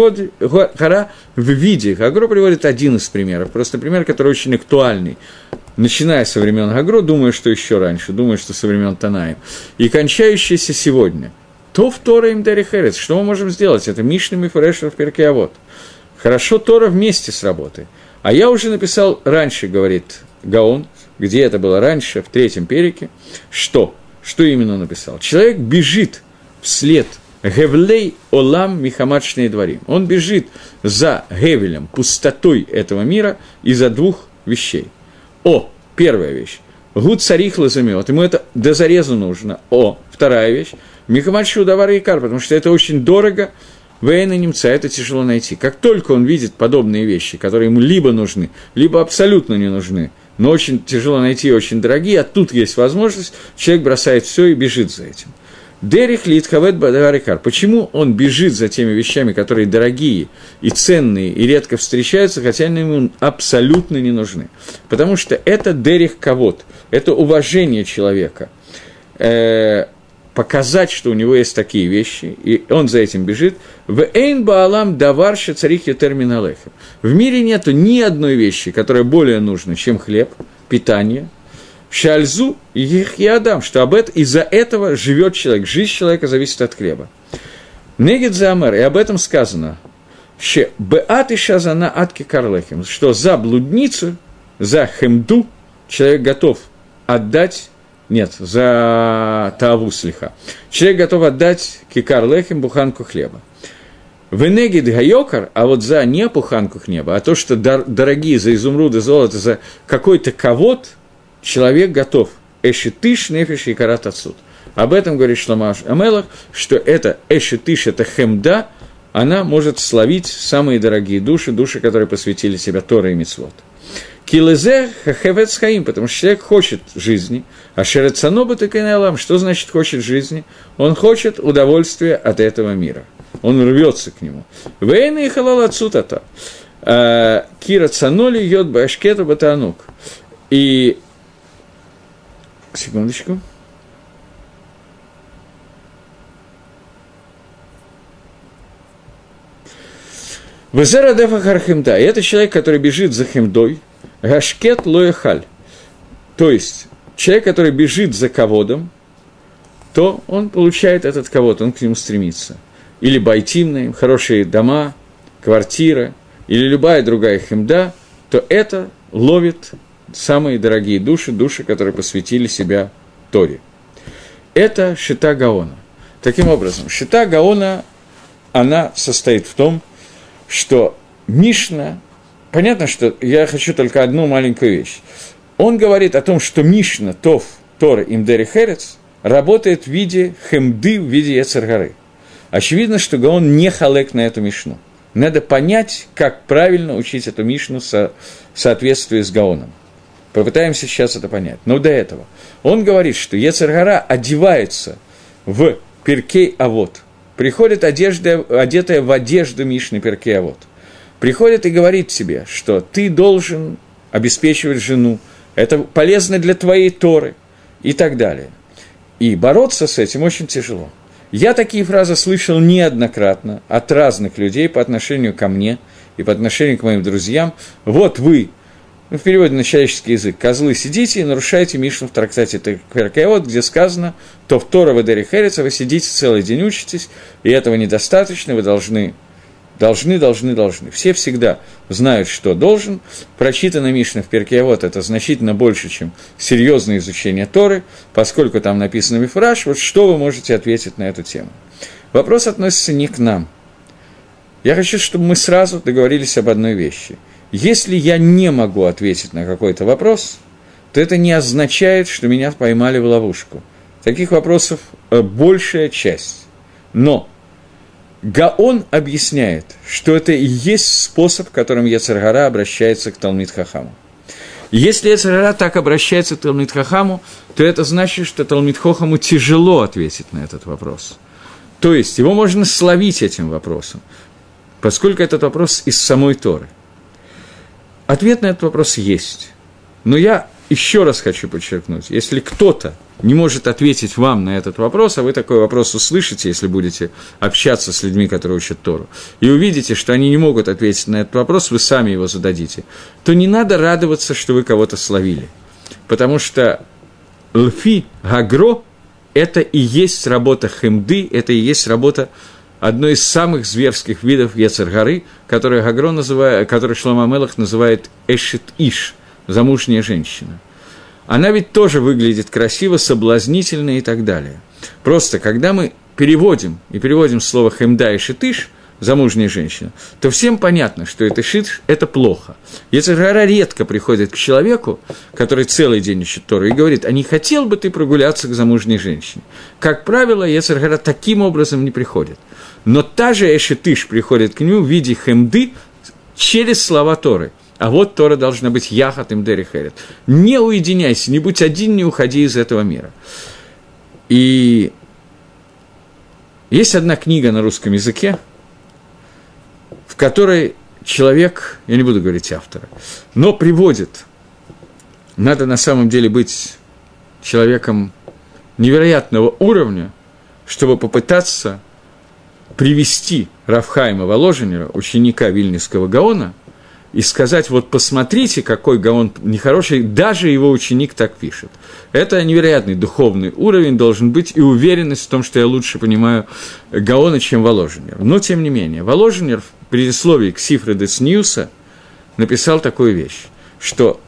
Гара в виде. Гагро приводит один из примеров, просто пример, который очень актуальный. Начиная со времен Гагро, думаю, что еще раньше, думаю, что со времен Танаим, и кончающийся сегодня. То в Тора им дерехерец. Что мы можем сделать? Это Мишна Мифурешет в Перкей Авот. Хорошо Тора вместе с работой. А я уже написал раньше, говорит Гаон, где это было раньше, в 3 перике, что именно написал? Человек бежит вслед Гевлей Олам Михамадшней Дворим. Он бежит за Гевелем, пустотой этого мира, из-за 2 вещей. Первая вещь. Гуд царих лазамет. Ему это до зарезу нужно. Вторая вещь. Михамадшу давар икар, потому что это очень дорого. Вейна немца, это тяжело найти. Как только он видит подобные вещи, которые ему либо нужны, либо абсолютно не нужны, но очень тяжело найти и очень дорогие, а тут есть возможность, человек бросает все и бежит за этим. Дерих литхавет бадарикар. Почему он бежит за теми вещами, которые дорогие и ценные, и редко встречаются, хотя они ему абсолютно не нужны? Потому что это дерих кавот, это уважение человека. Показать, что у него есть такие вещи, и он за этим бежит. В эйн баалам даварша царихи терминалехем. В мире нету ни одной вещи, которая более нужна, чем хлеб, питание. Шальзу и Ехиадам, что из-за этого живет человек. Жизнь человека зависит от хлеба. Негид заамер, и об этом сказано, что беат и шазана атки карлехем, что за блудницу, за хемду человек готов отдать, за тааву слиха. Человек готов отдать кикар лехем, буханку хлеба. Венегид гайокар, а вот за не буханку хлеба, а то, что дорогие за изумруды, золото, за какой-то кавод, человек готов. Эшетыш, нефиш и карат отсюд. Об этом говорит Шломо Амелах, что это эшетыш, это хемда, она может словить самые дорогие души, которые посвятили себя Торе и Мицвот. Килезе хахевец хаим, потому что человек хочет жизни, а шерецаноба текенелам, что значит хочет жизни? Он хочет удовольствия от этого мира. Он рвется к нему. Вейна и халал отсутата. Кира цаноли йод башкета батанук. И секундочку. Везера дефа хархимда. И это человек, который бежит за химдой. Гашкет лоехаль. То есть, человек, который бежит за ководом, то он получает этот ковод, он к нему стремится. Или байтимные, хорошие дома, квартира, или любая другая химда, то это ловит самые дорогие души, души, которые посвятили себя Торе. Это Шита Гаона. Таким образом, Шита Гаона, она состоит в том, что Мишна, понятно, что я хочу только одну маленькую вещь. Он говорит о том, что Мишна, Тов, Тора, Имдери Херец работает в виде хемды, в виде Йецер гары. Очевидно, что Гаон не халек на эту Мишну. Надо понять, как правильно учить эту Мишну в соответствии с Гаоном. Попытаемся сейчас это понять. Но до этого он говорит, что Йецер гара одевается в Перкей Авот. Приходит одетая в одежду Мишны Перкей Авот. Приходит и говорит тебе, что ты должен обеспечивать жену, это полезно для твоей Торы и так далее. И бороться с этим очень тяжело. Я такие фразы слышал неоднократно от разных людей по отношению ко мне и по отношению к моим друзьям. Вот вы, в переводе на человеческий язык, козлы, сидите и нарушаете Мишну в трактате Перкей Авот, где сказано, то в Тора Вадери Хереца вы сидите целый день учитесь, и этого недостаточно, вы должны. Все всегда знают, что должен. Прочитанная Мишна в Перкей Авот – это значительно больше, чем серьезное изучение Торы, поскольку там написано мифраш. Вот что вы можете ответить на эту тему? Вопрос относится не к нам. Я хочу, чтобы мы сразу договорились об одной вещи. Если я не могу ответить на какой-то вопрос, то это не означает, что меня поймали в ловушку. Таких вопросов большая часть. Но Гаон объясняет, что это и есть способ, которым Йецер гара обращается к Талмид Хахаму. Если Йецер гара так обращается к Талмид Хахаму, то это значит, что Талмид Хахаму тяжело ответить на этот вопрос. То есть его можно словить этим вопросом, поскольку этот вопрос из самой Торы. Ответ на этот вопрос есть. Но я еще раз хочу подчеркнуть, если кто-то не может ответить вам на этот вопрос, а вы такой вопрос услышите, если будете общаться с людьми, которые учат Тору, и увидите, что они не могут ответить на этот вопрос, вы сами его зададите, то не надо радоваться, что вы кого-то словили. Потому что лфи гагро – это и есть работа хемды, это и есть работа одной из самых зверских видов Йецер гары, которую Шломо ха-Мелех называет эшет иш – замужняя женщина. Она ведь тоже выглядит красиво, соблазнительно и так далее. Просто, когда мы переводим слово «хемда» и «шитыш», замужняя женщина, то всем понятно, что это «шитыш» – это плохо. Йецер гара редко приходит к человеку, который целый день учит Тору, и говорит, а не хотел бы ты прогуляться к замужней женщине? Как правило, Йецер гара таким образом не приходит. Но та же «эшетыш» приходит к нему в виде «хемды» через слова Торы. А вот Тора должна быть яхат имдери херет. Не уединяйся, не будь один, не уходи из этого мира. И есть одна книга на русском языке, в которой человек, я не буду говорить автора, но приводит, надо на самом деле быть человеком невероятного уровня, чтобы попытаться привести Рав Хаима Воложенера, ученика Вильнюсского Гаона, и сказать, вот посмотрите, какой Гаон нехороший, даже его ученик так пишет. Это невероятный духовный уровень должен быть, и уверенность в том, что я лучше понимаю Гаона, чем Воложенер. Но, тем не менее, Воложенер в предисловии к Сифре де Цниуса написал такую вещь, что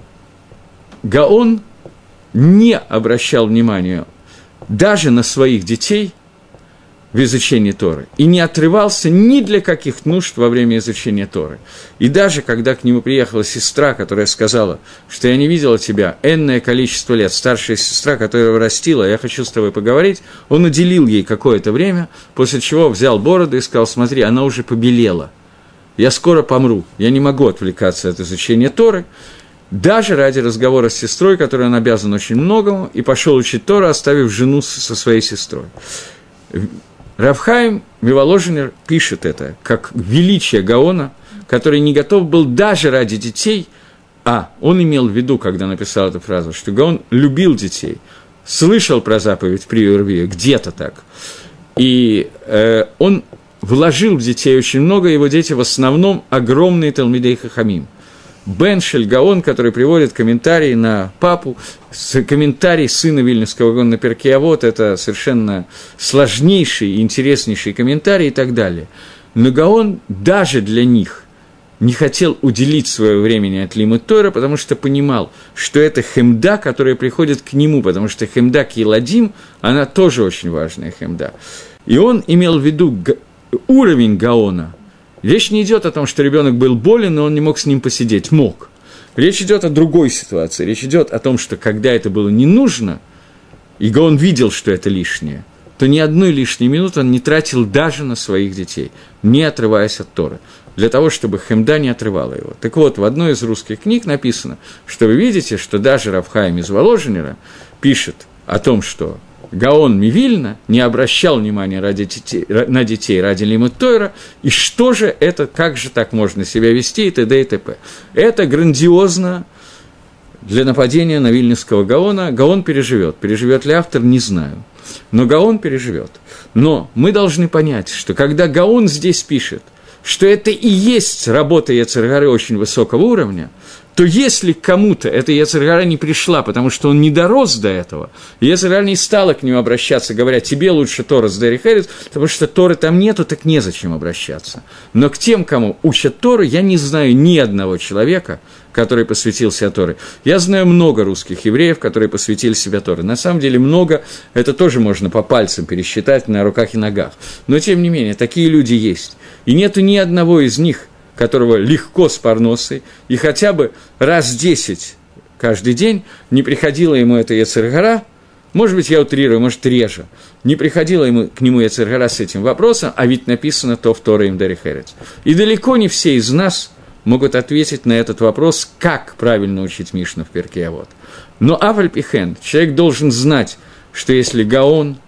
Гаон не обращал внимания даже на своих детей в изучении Торы, и не отрывался ни для каких нужд во время изучения Торы. И даже когда к нему приехала сестра, которая сказала, что я не видела тебя энное количество лет, старшая сестра, которая его растила, я хочу с тобой поговорить, он уделил ей какое-то время, после чего взял бороду и сказал, смотри, она уже побелела, я скоро помру, я не могу отвлекаться от изучения Торы, даже ради разговора с сестрой, которой он обязан очень многому, и пошел учить Тору, оставив жену со своей сестрой. Рав Хаим Воложенер пишет это как величие Гаона, который не готов был даже ради детей, а он имел в виду, когда написал эту фразу, что Гаон любил детей, слышал про заповедь Приорвия, где-то так, и он вложил в детей очень много, его дети в основном огромные Талмидей Хахамим. Бен Шель Гаон, который приводит комментарии на папу, комментарий сына Вильнюсского Гаона на Перкей Авот, это совершенно сложнейший и интереснейший комментарий и так далее. Но Гаон даже для них не хотел уделить свое времени от Лимуд Тора, потому что понимал, что это хемда, которая приходит к нему, потому что хемда к Еладим, она тоже очень важная хемда. И он имел в виду уровень Гаона. Речь не идет о том, что ребенок был болен, но он не мог с ним посидеть. Мог. Речь идет о другой ситуации. Речь идет о том, что когда это было не нужно, и Гаон видел, что это лишнее, то ни одной лишней минуты он не тратил даже на своих детей, не отрываясь от Торы, для того, чтобы хемда не отрывала его. Так вот, в одной из русских книг написано, что вы видите, что даже Рав Хаим из Воложенера пишет о том, что Гаон Мивильна не обращал внимания на детей ради Лимуд Тора, и что же это, как же так можно себя вести, и т.д. и т.п. Это грандиозно для нападения на Вильнюсского Гаона. Гаон переживет. Переживет ли автор, не знаю. Но Гаон переживет. Но мы должны понять, что когда Гаон здесь пишет, что это и есть работа Йецер Гары очень высокого уровня, то если кому-то эта Йецер Гара не пришла, потому что он не дорос до этого, Йецер Гара не стала к нему обращаться, говоря, тебе лучше Тора с Дерих Эрец, потому что Торы там нету, так незачем обращаться. Но к тем, кому учат Тору, я не знаю ни одного человека, который посвятил себя Торе. Я знаю много русских евреев, которые посвятили себя Торе. На самом деле много, это тоже можно по пальцам пересчитать на руках и ногах. Но, тем не менее, такие люди есть. И нету ни одного из них, которого легко с парносой, и хотя бы раз 10 каждый день не приходила ему эта Йецер Гара, может быть, я утрирую, может, реже, не приходила к нему Йецер Гара с этим вопросом, а ведь написано то в Торе им Дерих Эрец. И далеко не все из нас могут ответить на этот вопрос, как правильно учить Мишну в Перкей Авот. Но Аф аль пи кен, человек должен знать, что если Гаон,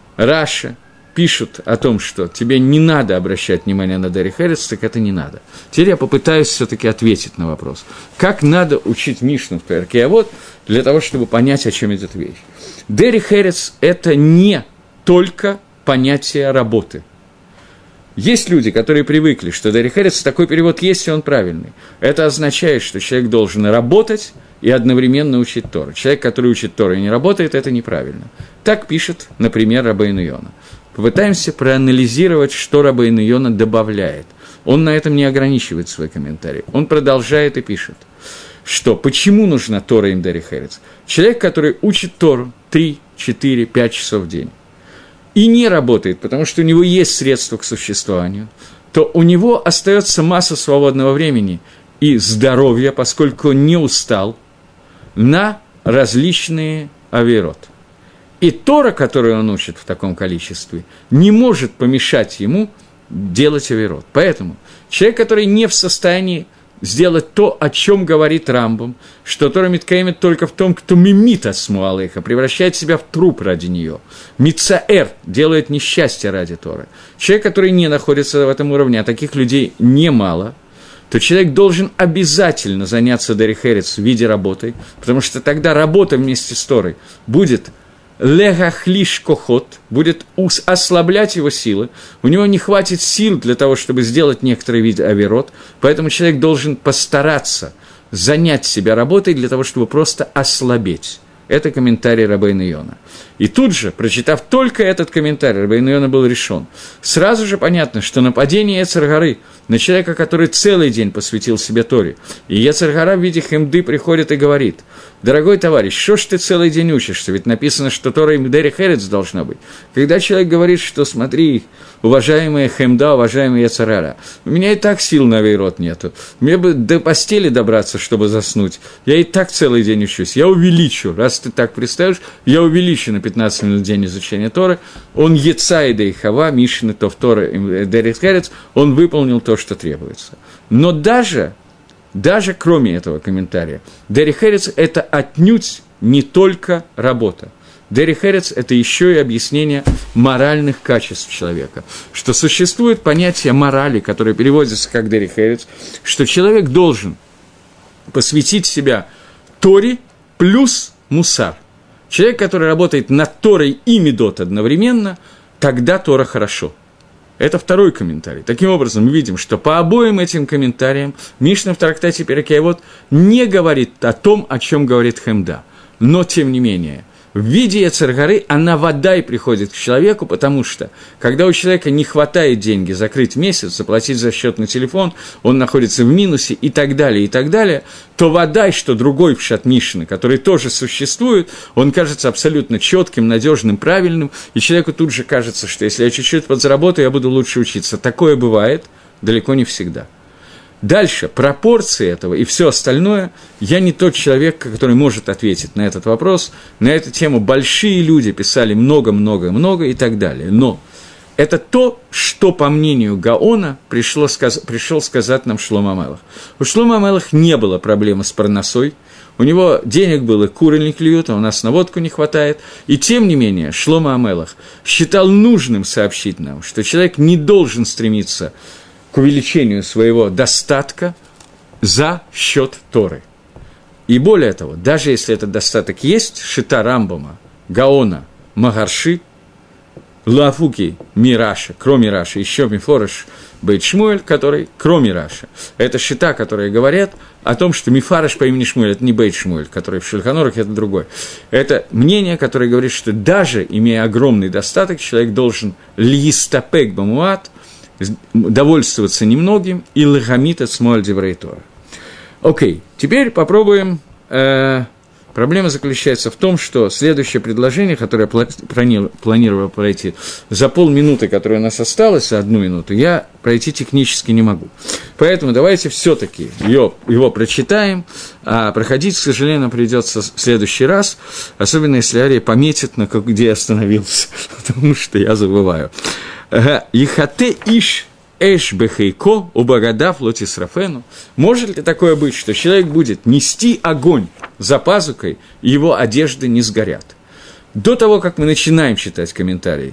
Раша пишут о том, что тебе не надо обращать внимание на Дерих Эрец, так это не надо. Теперь я попытаюсь все-таки ответить на вопрос. Как надо учить Мишну в Перкей Авот для того, чтобы понять, о чем идет вещь? Дерих Эрец – это не только понятие работы. Есть люди, которые привыкли, что Дерих Эрец, такой перевод есть, и он правильный. Это означает, что человек должен работать и одновременно учить Тору. Человек, который учит Тору и не работает, это неправильно. Так пишет, например, Рабейну Йона. Попытаемся проанализировать, что Рабейну Йона добавляет. Он на этом не ограничивает свой комментарий. Он продолжает и пишет, что почему нужна Тора им Дерих Эрец. Человек, который учит Тору 3, 4, 5 часов в день, и не работает, потому что у него есть средства к существованию, то у него остается масса свободного времени и здоровья, поскольку он не устал, на различные авейрот. И Тора, которую он учит в таком количестве, не может помешать ему делать авейрот. Поэтому человек, который не в состоянии сделать то, о чем говорит Рамбам, что Тора миткаемет только в том, кто мимит асму алейха, превращает себя в труп ради нее. Мицаэр делает несчастье ради Торы. Человек, который не находится в этом уровне, а таких людей немало, то человек должен обязательно заняться Дерих Эрец в виде работы, потому что тогда работа вместе с Торой будет легахлиш кохот, будет ослаблять его силы, у него не хватит сил для того, чтобы сделать некоторый вид авейрот, поэтому человек должен постараться занять себя работой для того, чтобы просто ослабеть. Это комментарий Рабейну Йона. И тут же, прочитав только этот комментарий, Рабейну Йона был решен. Сразу же понятно, что нападение Йецер Гары на человека, который целый день посвятил себе Торе, и Йецер Гара в виде хемды приходит и говорит: «Дорогой товарищ, что ж ты целый день учишься? Ведь написано, что Тора им Дерих Эрец должна быть». Когда человек говорит, что смотри, уважаемая хемда, уважаемая Йецер Гара, у меня и так сил на авейрот нету, мне бы до постели добраться, чтобы заснуть, я и так целый день учусь, я увеличу, раз ты так представишь, я увеличу на 15 минут в день изучения Торы, он Ецайда и Хава, Мишны, то в Торе Дерих Эрец, он выполнил то, что требуется. Но даже кроме этого комментария, Дерих Эрец – это отнюдь не только работа. Дерих Эрец – это еще и объяснение моральных качеств человека, что существует понятие морали, которое переводится как Дерих Эрец, что человек должен посвятить себя Торе плюс мусар. Человек, который работает над Торой и Мидот одновременно, тогда Тора хорошо. Это второй комментарий. Таким образом, мы видим, что по обоим этим комментариям Мишна в трактате Перкей Авот не говорит о том, о чем говорит хемда. Но, тем не менее, В виде Йецер гары она вода и приходит к человеку, потому что, когда у человека не хватает деньги закрыть месяц, заплатить за счет на телефон, он находится в минусе и так далее, то вода, что другой пшат Мишны, который тоже существует, он кажется абсолютно четким, надежным, правильным, и человеку тут же кажется, что если я чуть-чуть подзаработаю, я буду лучше учиться. Такое бывает далеко не всегда. Дальше, пропорции этого и все остальное, я не тот человек, который может ответить на этот вопрос. На эту тему большие люди писали много и так далее. Но это то, что, по мнению Гаона, пришел сказать нам Шломо Амелех. У Шломо Амелех не было проблемы с парносой, у него денег было, куры не клюют, а у нас на водку не хватает. И тем не менее, Шломо Амелех считал нужным сообщить нам, что человек не должен стремиться к увеличению своего достатка за счет Торы. И более того, даже если этот достаток есть, Шита Рамбама, Гаона, Магарши, Лафуки, Мираша, кроме Раши, еще Мифореш Бейт Шмуэль, который, кроме Раши, это Шита, которые говорят о том, что Мифареш по имени Шмуэль, это не Бейт Шмуэль, который в Шульхан-Арух, это другой. Это мнение, которое говорит, что даже имея огромный достаток, человек должен листапек бамуат, довольствоваться немногим, и лахамит от смоль деврей Тора. Окей, теперь попробуем. Проблема заключается в том, что следующее предложение, которое я планировал пройти за полминуты, которое у нас осталось, за 1 минуту, я пройти технически не могу. Поэтому давайте все-таки его прочитаем, а проходить, к сожалению, придется в следующий раз, особенно если Ария пометит, где я остановился, потому что я забываю. «Ихате иш эш бехейко убагадав лотисрафену». Может ли такое быть, что человек будет нести огонь за пазухой, и его одежды не сгорят? До того, как мы начинаем читать комментарии,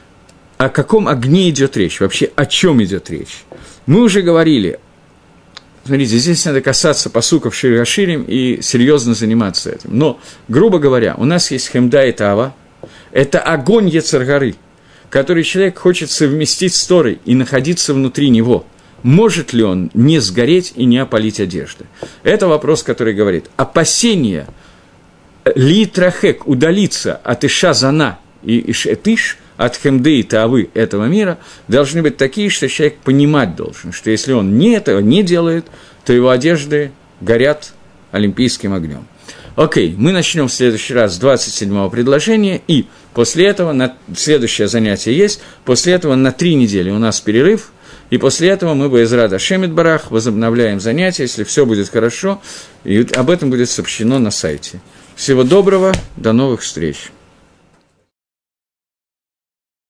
о каком огне идет речь, вообще о чем идет речь? Мы уже говорили, смотрите, здесь надо касаться пасуков Шир Хаширим и серьезно заниматься этим. Но, грубо говоря, у нас есть хемда и тава, это огонь Йецер гары, который человек хочет совместить с Торой и находиться внутри него. Может ли он не сгореть и не опалить одежды? Это вопрос, который говорит, опасение литрахек, удалиться от Иша Зана и Иш-Этиш, от Хемды и Таавы этого мира, должны быть такие, что человек понимать должен, что если он этого не делает, то его одежды горят олимпийским огнем. Окей, мы начнем в следующий раз с 27-го предложения, и после этого, следующее занятие есть, после этого на 3 недели у нас перерыв, и после этого мы Бе'эзрат Ашем Йитбарах возобновляем занятия, если все будет хорошо, и об этом будет сообщено на сайте. Всего доброго, до новых встреч!